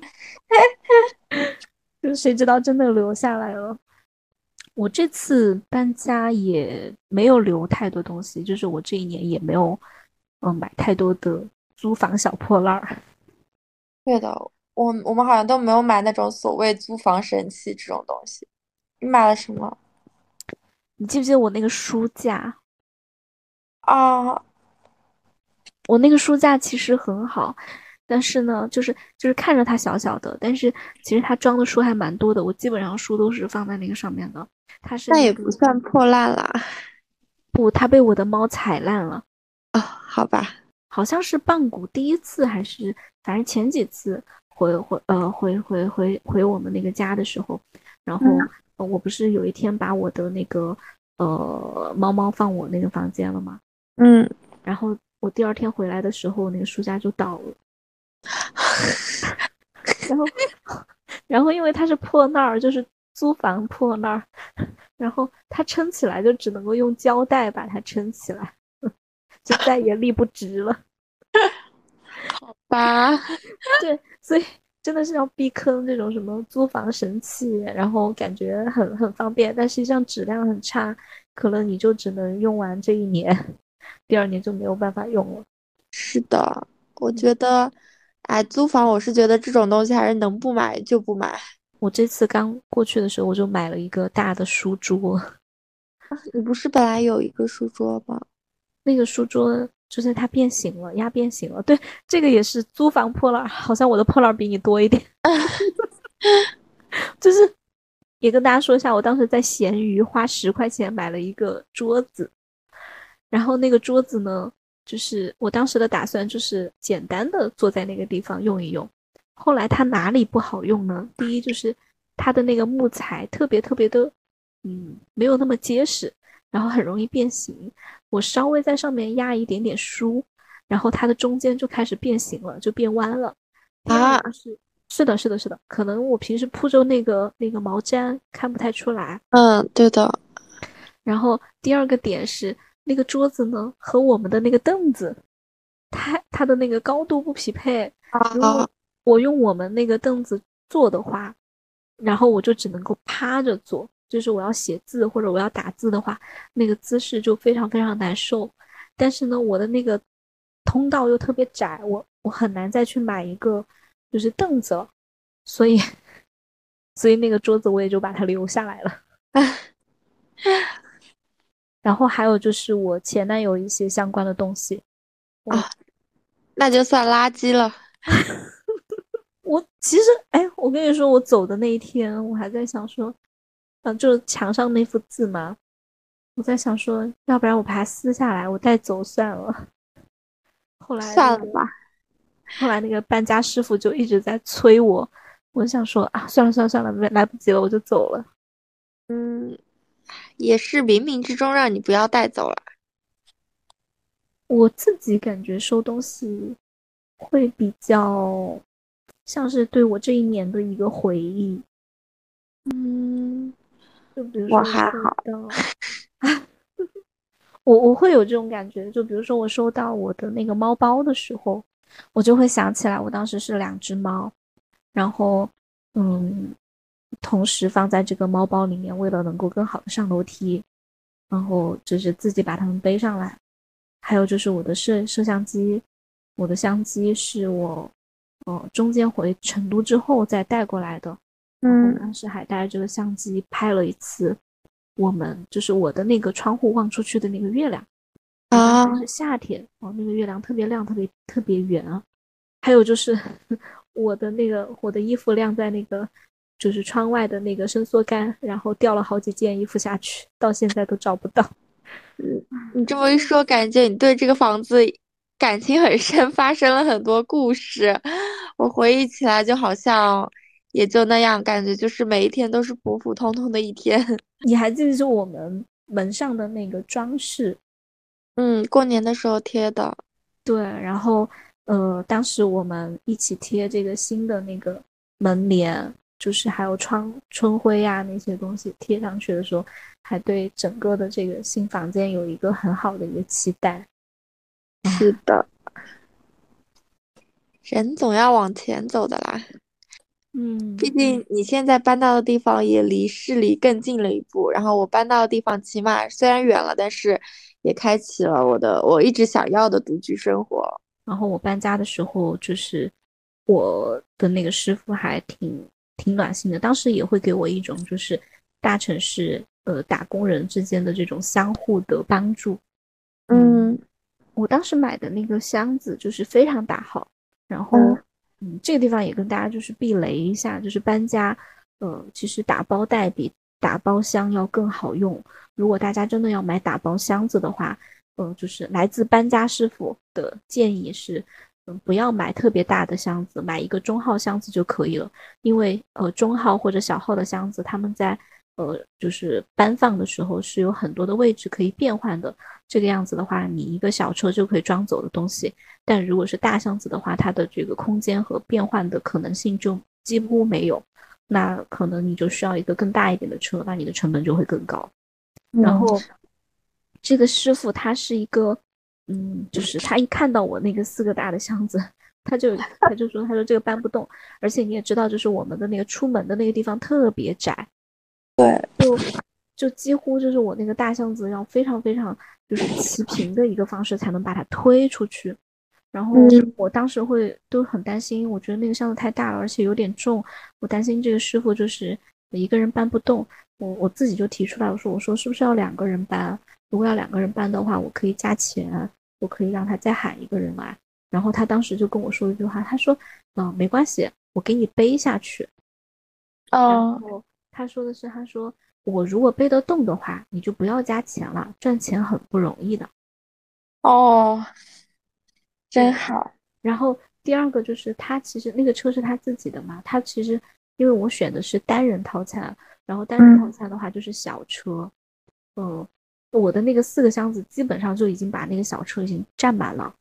就谁知道真的留下来了。我这次搬家也没有留太多东西，就是我这一年也没有，嗯，买太多的租房小破烂儿。 对的，我我们好像都没有买那种所谓租房神器这种东西。你买了什么你记不记得我那个书架？ 啊？ 我那个书架其实很好，但是呢，就是就是看着它小小的，但是其实它装的书还蛮多的，我基本上书都是放在那个上面的。它是那也那个不算破烂啦。 不，它被我的猫踩烂了。 哦，好吧。 好像是棒骨第一次还是反正前几次回回呃回回回回我们那个家的时候，然后、 嗯呃我不是有一天把我的那个呃猫猫放我那个房间了吗？ 嗯。 然后我第二天回来的时候，那个书架就倒了，然后然后因为它是破烂儿，就是租房破烂儿，然后它撑起来就只能够用胶带把它撑起来，就再也立不直了。 吧。 对，所以真的是要避坑这种什么租房神器，然后感觉很很方便，但实际上质量很差，可能你就只能用完这一年，第二年就没有办法用了。 是的，我嗯， 觉得，哎，租房我是觉得这种东西还是能不买就不买。 我这次刚过去的时候，我就买了一个大的书桌， 你不是本来有一个书桌吗？ 那个书桌就是它变形了，压变形了。对，这个也是租房破烂儿，好像我的破烂儿比你多一点。就是也跟大家说一下，我当时在闲鱼花十块钱买了一个桌子，然后那个桌子呢，就是我当时的打算就是简单的坐在那个地方用一用。后来它哪里不好用呢？第一就是它的那个木材特别特别的，嗯，没有那么结实，然后很容易变形。我稍微在上面压一点点书， 然后它的中间就开始变形了，就变弯了。第二啊， 个就是是的，是的，是的，可能我平时铺着那个那个毛毡看不太出来。 嗯，对的。 然后第二个点是那个桌子呢和我们的那个凳子，它它的那个高度不匹配。如果啊， 我用我们那个凳子坐的话，然后我就只能够趴着坐，就是我要写字或者我要打字的话，那个姿势就非常非常难受。但是呢，我的那个通道又特别窄，我我很难再去买一个就是凳子了，所以所以那个桌子我也就把它留下来了。然后还有就是我前男友一些相关的东西，我啊，那就算垃圾了。 我其实哎，我跟你说，我走的那一天，我还在想说，嗯、就是墙上那幅字嘛，我在想说，要不然我把它撕下来，我带走算了。后来那个算了吧。 后来那个搬家师傅就一直在催我，我想说啊，算了算了算了，没来不及了，我就走了。 嗯，也是冥冥之中让你不要带走了。 我自己感觉收东西会比较像是对我这一年的一个回忆， 嗯， 就比如我说我收还好。 到。我我会有这种感觉，就比如说我收到我的那个猫包的时候，我就会想起来我当时是两只猫，然后嗯，同时放在这个猫包里面，为了能够更好的上楼梯，然后就是自己把它们背上来。还有就是我的摄摄像机，我的相机是我呃中间回成都之后再带过来的，然后嗯当时还带着这个相机拍了一次我们就是我的那个窗户望出去的那个月亮。我当时啊， 是夏天，哦，那个月亮特别亮，特别特别圆啊。还有就是我的那个我的衣服晾在那个就是窗外的那个伸缩杆，然后掉了好几件衣服下去，到现在都找不到。 嗯，你这么一说，感觉你对这个房子感情很深，发生了很多故事。我回忆起来，就好像也就那样，感觉就是每一天都是普普通通的一天。 你还记得是我们门上的那个装饰？ 嗯，过年的时候贴的。 对，然后呃，当时我们一起贴这个新的那个门帘，就是还有窗春晖呀、那些东西贴上去的时候，还对整个的这个新房间有一个很好的一个期待。 是的，人总要往前走的啦。毕嗯， 竟你现在搬到的地方也离市里更近了一步，然后我搬到的地方起码虽然远了，但是也开启了我的我一直想要的独居生活。 然后我搬家的时候，就是我的那个师傅还挺挺暖心的，当时也会给我一种就是大城市呃打工人之间的这种相互的帮助。嗯， 嗯我当时买的那个箱子就是非常大号，然后嗯嗯，这个地方也跟大家就是避雷一下，就是搬家，呃，其实打包袋比打包箱要更好用。如果大家真的要买打包箱子的话，呃，就是来自搬家师傅的建议是，嗯，不要买特别大的箱子，买一个中号箱子就可以了。因为呃，中号或者小号的箱子，他们在呃就是搬放的时候是有很多的位置可以变换的。这个样子的话，你一个小车就可以装走的东西。但如果是大箱子的话，它的这个空间和变换的可能性就几乎没有。那可能你就需要一个更大一点的车，那你的成本就会更高。然嗯， 后这个师傅他是一个，嗯，就是他一看到我那个四个大的箱子，他就他就说，他说这个搬不动，而且你也知道，就是我们的那个出门的那个地方特别窄， 对。 就就几乎就是我那个大箱子要非常非常就是齐平的一个方式才能把它推出去。然后嗯我当时会都很担心，我觉得那个箱子太大了，而且有点重，我担心这个师傅就是一个人搬不动。我我自己就提出来，我说我说是不是要两个人搬？如果要两个人搬的话，我可以加钱，我可以让他再喊一个人来。然后他当时就跟我说一句话，他说：“嗯、呃没关系，我给你背下去。”然哦后他说的是，他说我如果背得动的话，你就不要加钱了，赚钱很不容易的。 哦，真对， 好。 然后第二个就是他其实那个车是他自己的嘛，他其实因为我选的是单人套餐，然后单人套嗯餐的话就是小车，嗯，我的那个四个箱子基本上就已经把那个小车已经占满了。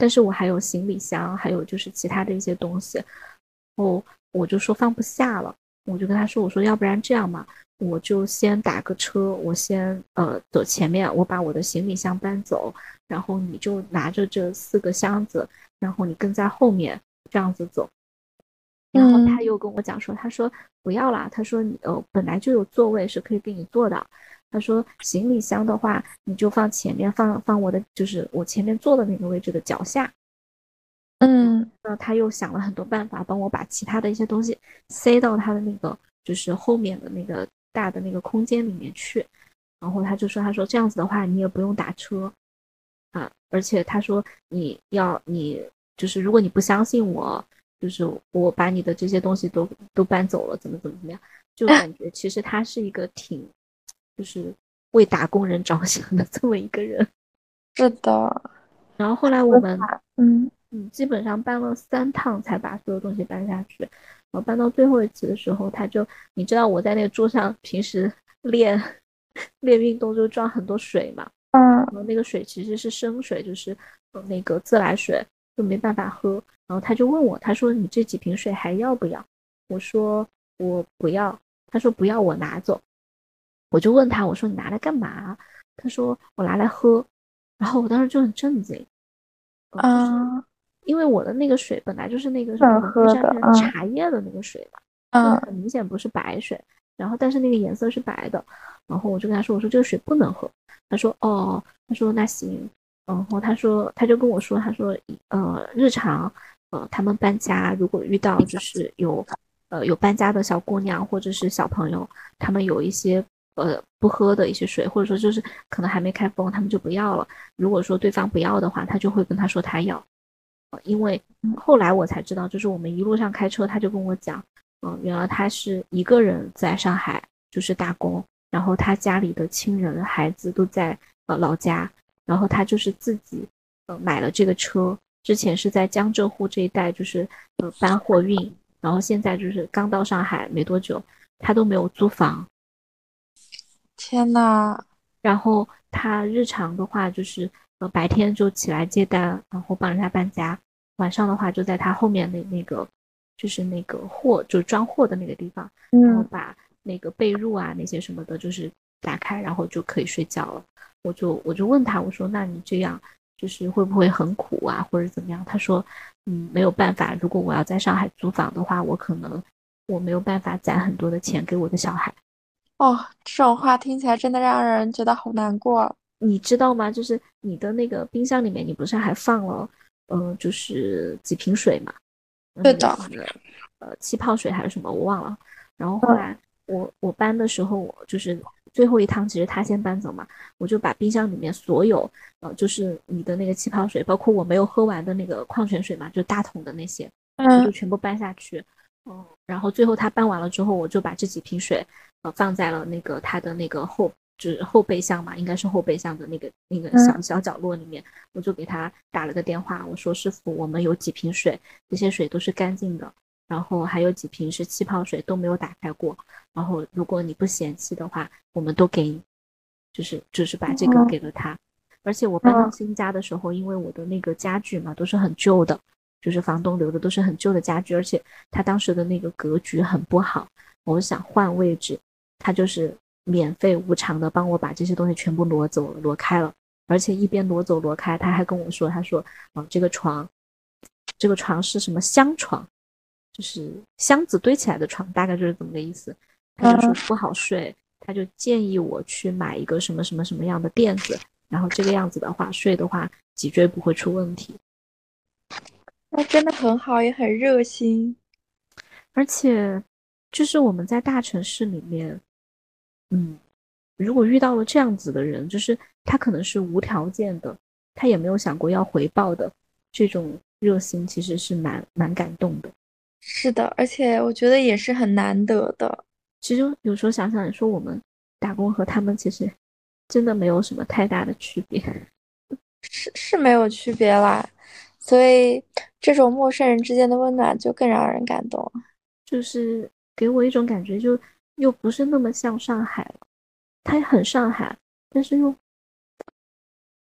但是我还有行李箱，还有就是其他的一些东西，哦，我就说放不下了，我就跟他说，我说要不然这样嘛，我就先打个车，我先呃走前面，我把我的行李箱搬走，然后你就拿着这四个箱子，然后你跟在后面这样子走。然后他嗯又跟我讲说，他说不要啦，他说你呃本来就有座位是可以给你坐的，他说行李箱的话你就放前面，放放我的就是我前面坐的那个位置的脚下。 嗯那他又想了很多办法帮我把其他的一些东西塞到他的那个就是后面的那个大的那个空间里面去。然后他就说他说这样子的话你也不用打车啊，而且他说你要你就是如果你不相信我，就是我把你的这些东西都都搬走了，怎么怎么怎么样，就感觉其实他是一个挺就是为打工人着想的这么一个人。 是的， 然后后来我们嗯嗯基本上搬了三趟才把所有东西搬下去。然后搬到最后一次的时候，他就你知道我在那个桌上平时练练运动就装很多水嘛， 嗯然后那个水其实是生水，就是那个自来水，就没办法喝。然后他就问我，他说你这几瓶水还要不要？我说我不要。他说不要我拿走。我就问他，我说你拿来干嘛？他说我拿来喝。然后我当时就很震惊，呃，就是嗯， 因为我的那个水本来就是那个什么能文具喝的， 山泉嗯茶叶的那个水嘛，就嗯很明显不是白水，然后但是那个颜色是白的。然后我就跟他说，我说这个水不能喝。他说哦，他说那行。然后他说他就跟我说，他说呃日常呃他们搬家如果遇到就是有呃有搬家的小姑娘或者是小朋友，他们有一些呃不喝的一些水，或者说就是可能还没开封，他们就不要了。如果说对方不要的话，他就会跟他说他要。呃因为后来我才知道，就是我们一路上开车，他就跟我讲，嗯、呃原来他是一个人在上海就是打工，然后他家里的亲人孩子都在呃老家，然后他就是自己呃买了这个车，之前是在江浙沪这一带就是呃搬货运，然后现在就是刚到上海没多久，他都没有租房。 天呐， 然后他日常的话就是呃白天就起来接单，然后帮人家搬家，晚上的话就在他后面的那个就是那个货就装货的那个地方，然后嗯， 把那个被褥啊那些什么的，就是打开，然后就可以睡觉了。我就我就问他，我说那你这样就是会不会很苦啊，或者怎么样？他说嗯没有办法，如果我要在上海租房的话，我可能我没有办法攒很多的钱给我的小孩。 哦，这种话听起来真的让人觉得好难过。 你知道吗？就是你的那个冰箱里面，你不是还放了，呃，就是几瓶水嘛，那对的， 个什么，呃，气泡水还是什么，我忘了。然后后嗯来我我搬的时候，我就是最后一趟，其实他先搬走嘛，我就把冰箱里面所有，呃，就是你的那个气泡水，包括我没有喝完的那个矿泉水嘛，就大桶的那些，我就嗯全部搬下去。嗯，然后最后他搬完了之后，我就把这几瓶水，呃，放在了那个他的那个后。就是后备箱嘛，应该是后备箱的那个那个小嗯小角落里面，我就给他打了个电话，我说师傅，我们有几瓶水，这些水都是干净的，然后还有几瓶是气泡水，都没有打开过，然后如果你不嫌弃的话，我们都给你，就是就是把这个嗯给了他。而且我搬到嗯新家的时候，因为我的那个家具嘛都是很旧的，就是房东留的都是很旧的家具，而且他当时的那个格局很不好，我想换位置，他就是免费无偿的帮我把这些东西全部挪走了，挪开了。而且一边挪走挪开，他还跟我说，他说，哦，这个床，这个床是什么箱床，就是箱子堆起来的床，大概就是这么个意思。他就说嗯， 不好睡，他就建议我去买一个什么什么什么样的垫子，然后这个样子的话，睡的话脊椎不会出问题。 那真的很好，也很热心。 而且就是我们在大城市里面，嗯，如果遇到了这样子的人，就是他可能是无条件的，他也没有想过要回报的，这种热心其实是蛮蛮感动的。 是的，而且我觉得也是很难得的。 其实有时候想想，你说我们打工和他们其实真的没有什么太大的区别。 是是没有区别啦，所以这种陌生人之间的温暖就更让人感动。 就是给我一种感觉，就又不是那么像上海了，它很上海，但是又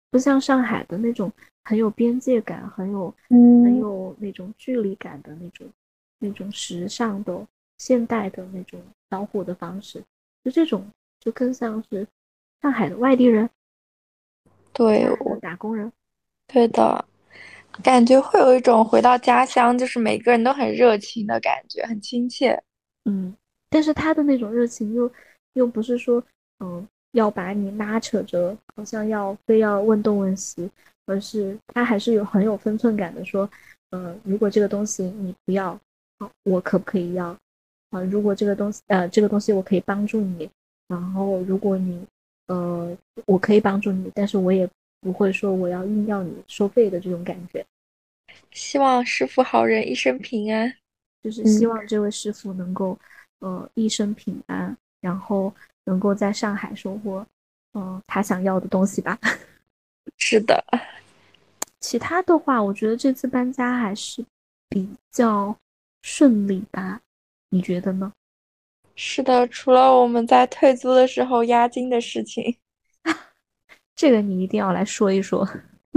不像上海的那种很有边界感、很有很嗯， 有那种距离感的那种那种时尚的现代的那种招呼的方式，就这种就更像是上海的外地人、 对， 上海的我打工人。 对的，感觉会有一种回到家乡，就是每个人都很热情的感觉，很亲切。 嗯，但是他的那种热情又又不是说嗯要把你拉扯着，好像要非要问东问西，而是他还是有很有分寸感的说，呃，如果这个东西你不要，好，我可不可以要？啊，如果这个东西呃这个东西我可以帮助你，然后如果你呃我可以帮助你，但是我也不会说我要硬要你收费的这种感觉。 希望师傅好人一生平安。 就是希嗯， 望这位师傅能够，呃，一生平安，然后能够在上海收获，嗯、呃他想要的东西吧。 是的， 其他的话，我觉得这次搬家还是比较顺利吧，你觉得呢？ 是的，除了我们在退租的时候押金的事情。 这个你一定要来说一说。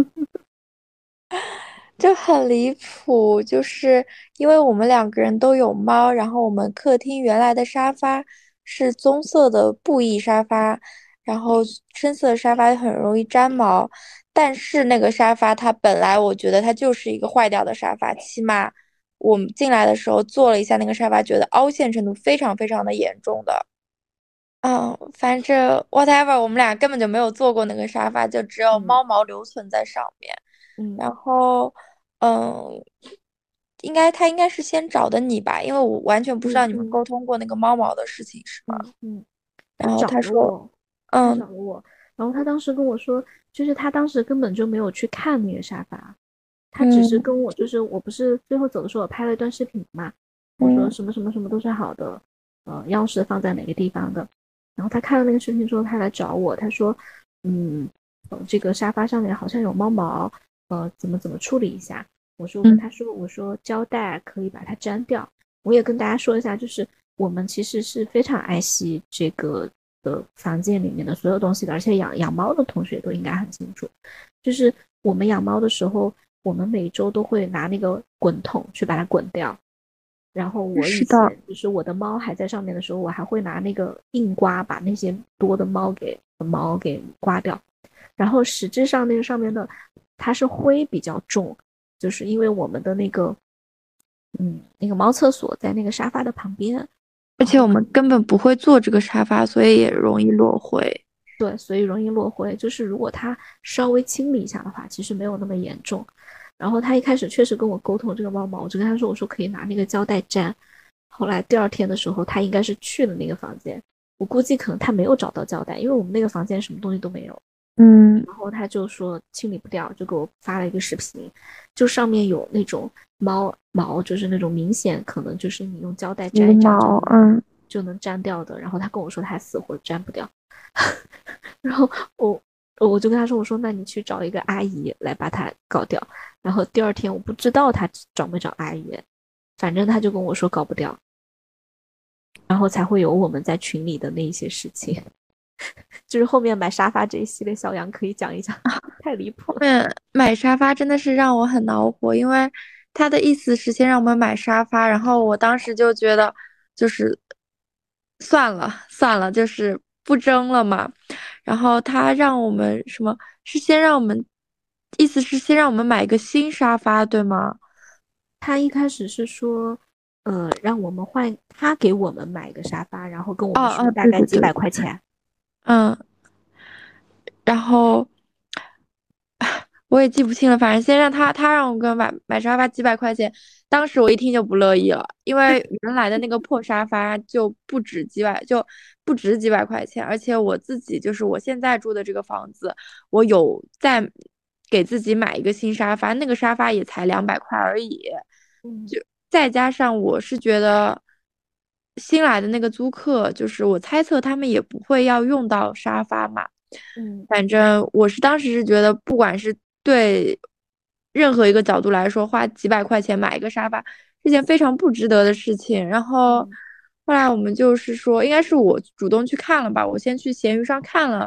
就很离谱，就是因为我们两个人都有猫，然后我们客厅原来的沙发是棕色的布艺沙发，然后深色的沙发很容易粘毛，但是那个沙发它本来我觉得它就是一个坏掉的沙发，起码我们进来的时候坐了一下那个沙发，觉得凹陷程度非常非常的严重的。嗯，反正 whatever，我们俩根本就没有坐过那个沙发，就只有嗯猫毛留存在上面。 嗯然后，嗯，应该他应该是先找的你吧，因为我完全不知道你们嗯嗯沟通过那个猫毛的事情，是吗？ 嗯嗯，他然后找他说， 了我，他嗯找了我，然后他当时跟我说，就是他当时根本就没有去看那个沙发，他只是嗯跟我，就是我不是最后走的时候我拍了一段视频嘛，我说嗯， 什么什么什么都是好的，呃，钥匙放在哪个地方的，然后他看了那个视频之后，他来找我，他说，嗯，呃，这个沙发上面好像有猫毛，呃，怎么怎么处理一下？我说，我跟嗯， 他说，我说胶带可以把它粘掉。我也跟大家说一下，就是我们其实是非常爱惜这个的房间里面的所有东西的，而且养养猫的同学都应该很清楚，就是我们养猫的时候，我们每周都会拿那个滚筒去把它滚掉。然后我以是的， 前就是我的猫还在上面的时候，我还会拿那个硬刮把那些多的猫给毛给刮掉。然后实质上那个上面的它是灰比较重，就是因为我们的那个嗯那个猫厕所在那个沙发的旁边，然后而且我们根本不会坐这个沙发，所以也容易落灰。 对，所以容易落灰。就是如果它稍微清理一下的话，其实没有那么严重。然后他一开始确实跟我沟通这个猫毛，我就跟他说，我说可以拿那个胶带粘。后来第二天的时候，他应该是去了那个房间，我估计可能他没有找到胶带，因为我们那个房间什么东西都没有。 嗯， 然后他就说清理不掉，就给我发了一个视频，就上面有那种猫毛，就是那种明显可能就是你用胶带粘一粘就皮毛， 能嗯， 就能粘掉的。然后他跟我说他死活粘不掉，然后我我就跟他说，我说那你去找一个阿姨来把它搞掉。然后第二天我不知道他找没找阿姨，反正他就跟我说搞不掉，然后才会有我们在群里的那一些事情。就是后面买沙发这一系列，小杨可以讲一讲，太离谱了。 后面买沙发真的是让我很恼火，因为他的意思是先让我们买沙发，然后我当时就觉得就是算了算了，就是不争了嘛。然后他让我们什么是先让我们，意思是先让我们买一个新沙发，对吗？ 他一开始是说，呃，让我们换，他给我们买个沙发，然后跟我哦们说哦， 大概几对对对， 百块钱。 嗯，然后我也记不清了，反正先让他他让我跟买买沙发几百块钱，当时我一听就不乐意了，因为原来的那个破沙发就不止几百，就不值几百块钱，而且我自己就是我现在住的这个房子，我有在给自己买一个新沙发，那个沙发也才两百块而已， 嗯就再加上我是觉得新来的那个租客，就是我猜测他们也不会要用到沙发嘛。 嗯反正我是当时是觉得，不管是对任何一个角度来说，花几百块钱买一个沙发是件非常不值得的事情。然后嗯后来我们就是说，应该是我主动去看了吧，我先去闲鱼上看了，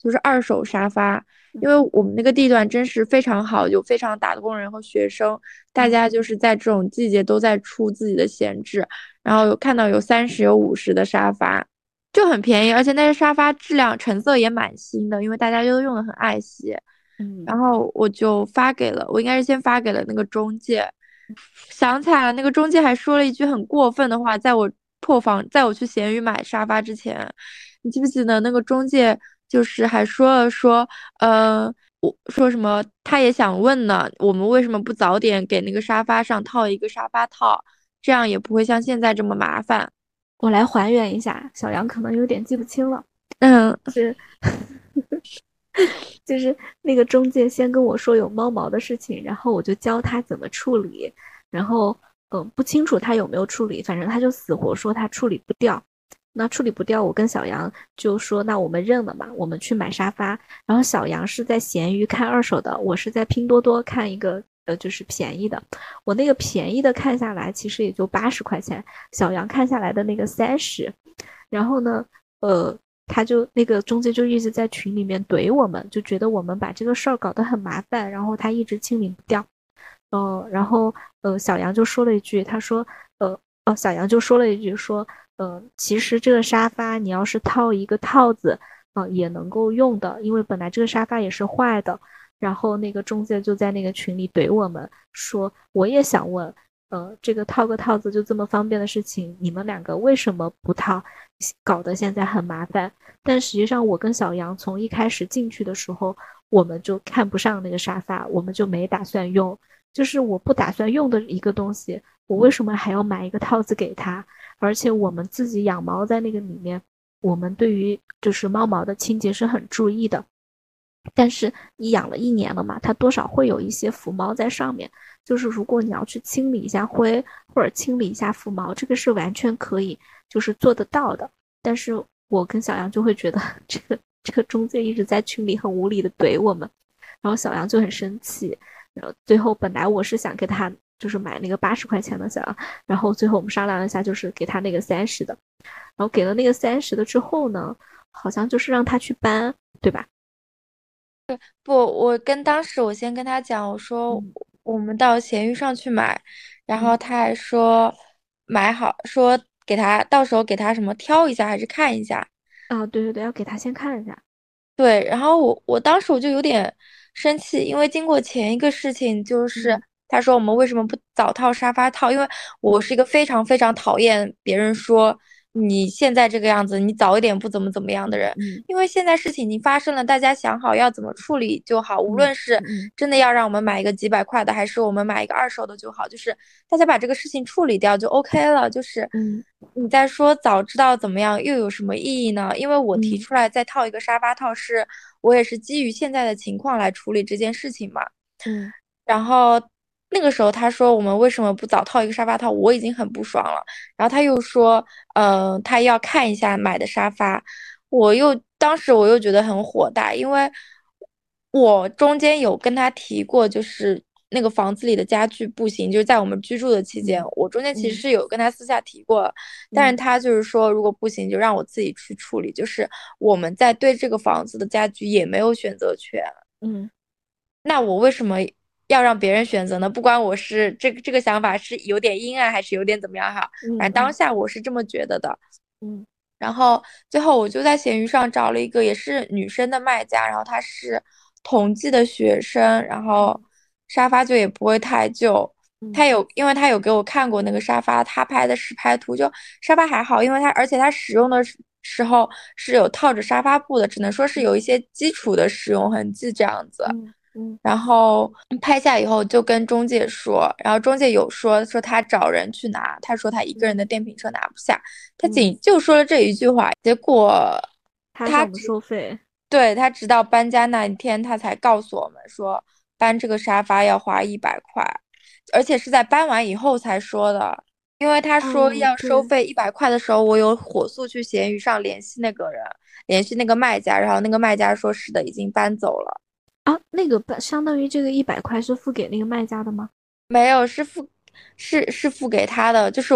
就是二手沙发。因为我们那个地段真是非常好，有非常打工人和学生，大家就是在这种季节都在出自己的闲置，然后有看到有三十有五十的沙发，就很便宜，而且那些沙发质量成色也蛮新的，因为大家都用的很爱惜。 嗯， 然后我就发给了，我应该是先发给了那个中介，想起来了，那个中介还说了一句很过分的话，在我破防，在我去闲鱼买沙发之前，你记不记得那个中介就是还说了说，呃，我说什么，他也想问呢，我们为什么不早点给那个沙发上套一个沙发套，这样也不会像现在这么麻烦。 我来还原一下，小杨可能有点记不清了。 嗯是，就是那个中介先跟我说有猫毛的事情，然后我就教他怎么处理，然后嗯、呃不清楚他有没有处理，反正他就死活说他处理不掉。那处理不掉，我跟小杨就说那我们认了嘛，我们去买沙发。然后小杨是在闲鱼看二手的，我是在拼多多看一个呃就是便宜的。我那个便宜的看下来其实也就八十块钱，小杨看下来的那个三十。然后呢，呃，他就那个中介就一直在群里面怼我们，就觉得我们把这个事儿搞得很麻烦，然后他一直清理不掉。呃，然后呃，小杨就说了一句，他说，呃，哦，小杨就说了一句说，呃，其实这个沙发你要是套一个套子，啊、呃，也能够用的，因为本来这个沙发也是坏的。然后那个中介就在那个群里怼我们说，我也想问，呃，这个套个套子就这么方便的事情，你们两个为什么不套？搞得现在很麻烦。但实际上，我跟小杨从一开始进去的时候，我们就看不上那个沙发，我们就没打算用。就是我不打算用的一个东西，我为什么还要买一个套子给他？而且我们自己养猫在那个里面，我们对于就是猫毛的清洁是很注意的。但是你养了一年了嘛，它多少会有一些浮毛在上面。就是如果你要去清理一下灰或者清理一下浮毛，这个是完全可以就是做得到的。但是我跟小杨就会觉得这个这个中介一直在群里很无理的怼我们，然后小杨就很生气。然后最后本来我是想给他就是买那个八十块钱的小杨，然后最后我们商量了一下，就是给他那个三十的。然后给了那个三十的之后呢，好像就是让他去搬，对吧？ 不，我跟当时我先跟他讲，我说嗯我们到闲鱼上去买，然后嗯他还说买好，说给他到时候给他什么挑一下还是看一下。 啊，对对对，要给他先看一下。 对，然后我我当时我就有点生气，因为经过前一个事情，就是嗯他说我们为什么不早套沙发套？因为我是一个非常非常讨厌别人说你现在这个样子，你早一点不怎么怎么样的人。 嗯嗯因为现在事情已经发生了，大家想好要怎么处理就好。无嗯论是嗯真的要让我们买一个几百块的，还是我们买一个二手的就好，就是大家把这个事情处理掉就 OK 了。就是嗯你再说早知道怎么样，又有什么意义呢？因为我提嗯出来再套一个沙发套是，我也是基于现在的情况来处理这件事情嘛。 嗯然后那个时候他说我们为什么不早套一个沙发套，我已经很不爽了。然后他又说，呃，他要看一下买的沙发，我又当时我又觉得很火大，因为我中间有跟他提过，就是那个房子里的家具不行，就是在我们居住的期间， 嗯我中间其实嗯是有跟他私下提过，但是嗯他就是说如果不行就让我自己去处理，就是我们在对这个房子的家具也没有选择权。 嗯那我为什么要让别人选择呢？不管我是这个这个想法是有点阴暗还是有点怎么样哈，反正当嗯嗯下我是这么觉得的。 嗯然后最后我就在闲鱼上找了一个也是女生的卖家，然后她是统计的学生，然后沙发就也不会太旧。 嗯她有，因为她有给我看过那个沙发，她拍的实拍图，就沙发还好，因为它而且它使用的时时候是有套着沙发布的，只能说是有一些基础的使用痕迹这样子。 嗯嗯然后拍下以后就跟中介说，然后中介有说说他找人去拿，他说他一个人的电瓶车拿不下，他嗯， 仅就说了这一句话，结果他向我们收费。 对他直到搬家那一天，他才告诉我们说搬这个沙发要花一百块，而且是在搬完以后才说的。因为他说哦， 要收对费一百块的时候，我有火速去闲鱼上联系那个人，联系那个卖家，然后那个卖家说是的，已经搬走了。 啊，那个本相当于这个一百块是付给那个卖家的吗？ 没有，是付是是付给他的，就是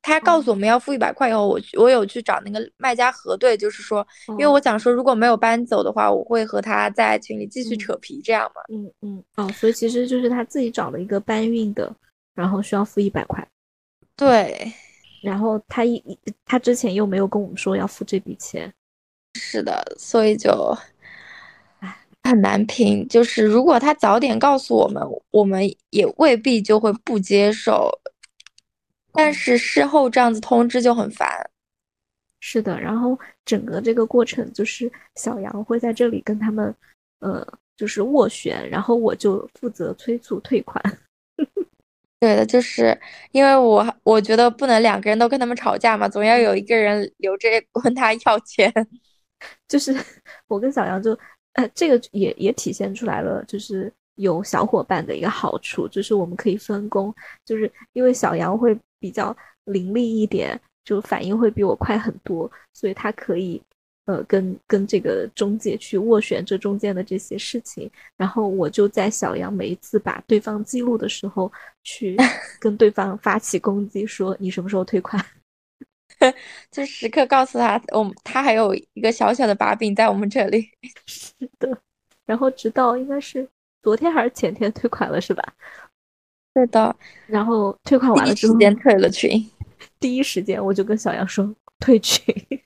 他告诉我们要付一百块以后，我我有去找那个卖家核对，就是说，因为哦， 我想说如果没有搬走的话，我会和他在群里继续嗯扯皮，这样嘛。 嗯嗯，哦，所以其实就是他自己找了一个搬运的，然后需要付一百块， 对， 然后他一他之前又没有跟我们说要付这笔钱， 是的，所以就哎， 很难评。就是如果他早点告诉我们，我们也未必就会不接受，但嗯， 是事后这样子通知就很烦。 是的，然后整个这个过程就是小杨会在这里跟他们，呃，就是斡旋，然后我就负责催促退款。 对的，就是因为我我觉得不能两个人都跟他们吵架嘛，总要有一个人留着问他要钱。 就是我跟小杨就，呃，这个也也体现出来了，就是有小伙伴的一个好处，就是我们可以分工，就是因为小杨会比较伶俐一点，就反应会比我快很多，所以他可以，呃，跟跟这个中介去斡旋这中间的这些事情，然后我就在小杨每一次把对方记录的时候，去跟对方发起攻击，说你什么时候退款。 就时刻告诉他，我们他还有一个小小的把柄在我们这里。 是的，然后直到应该是昨天还是前天退款了，是吧？ 对的， 然后退款第一完了之后， 时间退了群。 第一时间我就跟小杨说退群。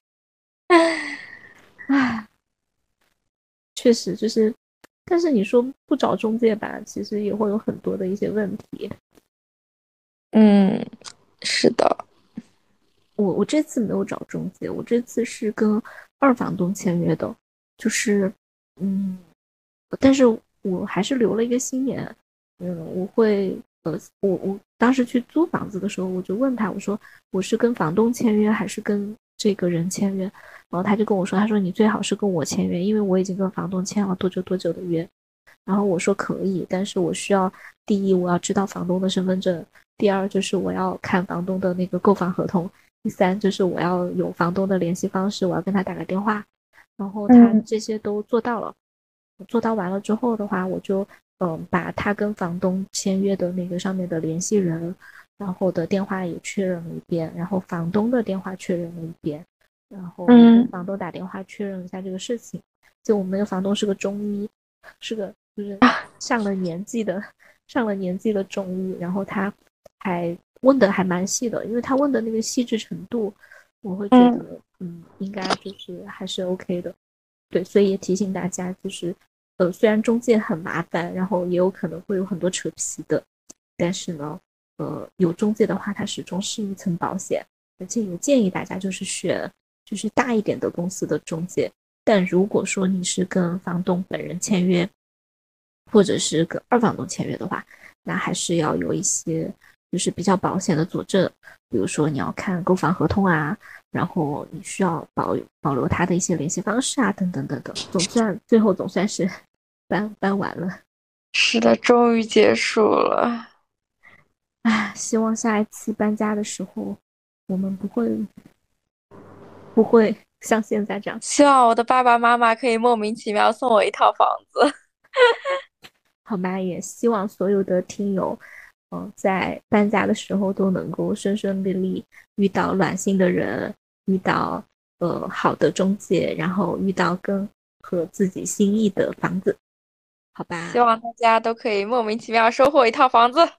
唉，确实就是，但是你说不找中介吧，其实也会有很多的一些问题。 嗯，是的。 我我这次没有找中介，我这次是跟二房东签约的，就是嗯，但是我还是留了一个心眼，嗯，我会呃，我我当时去租房子的时候，我就问他，我说我是跟房东签约还是跟这个人签约？然后他就跟我说，他说你最好是跟我签约，因为我已经跟房东签了多久多久的约。然后我说可以，但是我需要第一我要知道房东的身份证，第二就是我要看房东的那个购房合同，第三就是我要有房东的联系方式，我要跟他打个电话。然后他嗯这些都做到了，做到完了之后的话，我就嗯、呃把他跟房东签约的那个上面的联系人，然后的电话也确认了一遍，然后房东的电话确认了一遍，然后也跟嗯房东打电话确认了一下这个事情。就我们那个房东是个中医，是个就是上了年纪的上了年纪的中医，然后他还问的还蛮细的，因为他问的那个细致程度，我会觉嗯， 得嗯应该就是还是 OK 的。对，所以也提醒大家，就是呃虽然中介很麻烦，然后也有可能会有很多扯皮的，但是呢，呃有中介的话，它始终是一层保险，而且也建议大家就是选就是大一点的公司的中介。但如果说你是跟房东本人签约，或者是跟二房东签约的话，那还是要有一些就是比较保险的佐证，比如说你要看购房合同啊，然后你需要保保留他的一些联系方式啊，等等等等。总算最后总算是搬搬完了， 是的，终于结束了。 唉，希望下一次搬家的时候，我们不会不会像现在这样。 希望我的爸爸妈妈可以莫名其妙送我一套房子。 好吧，也希望所有的听友，嗯、呃在搬家的时候都能够顺顺利利，遇到暖心的人，遇到呃好的中介，然后遇到更合自己心意的房子，好吧？ 希望大家都可以莫名其妙收获一套房子。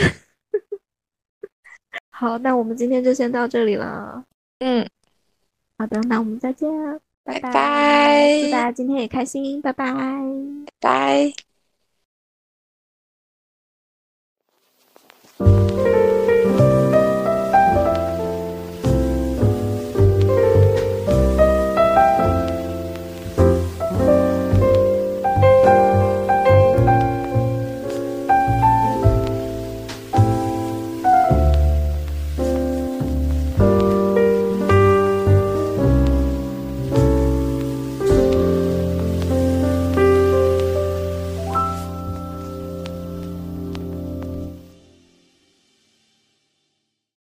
好，那我们今天就先到这里了。 嗯， 好的，那我们再见，拜拜拜。祝大拜， 家今天也开心，拜拜。 拜。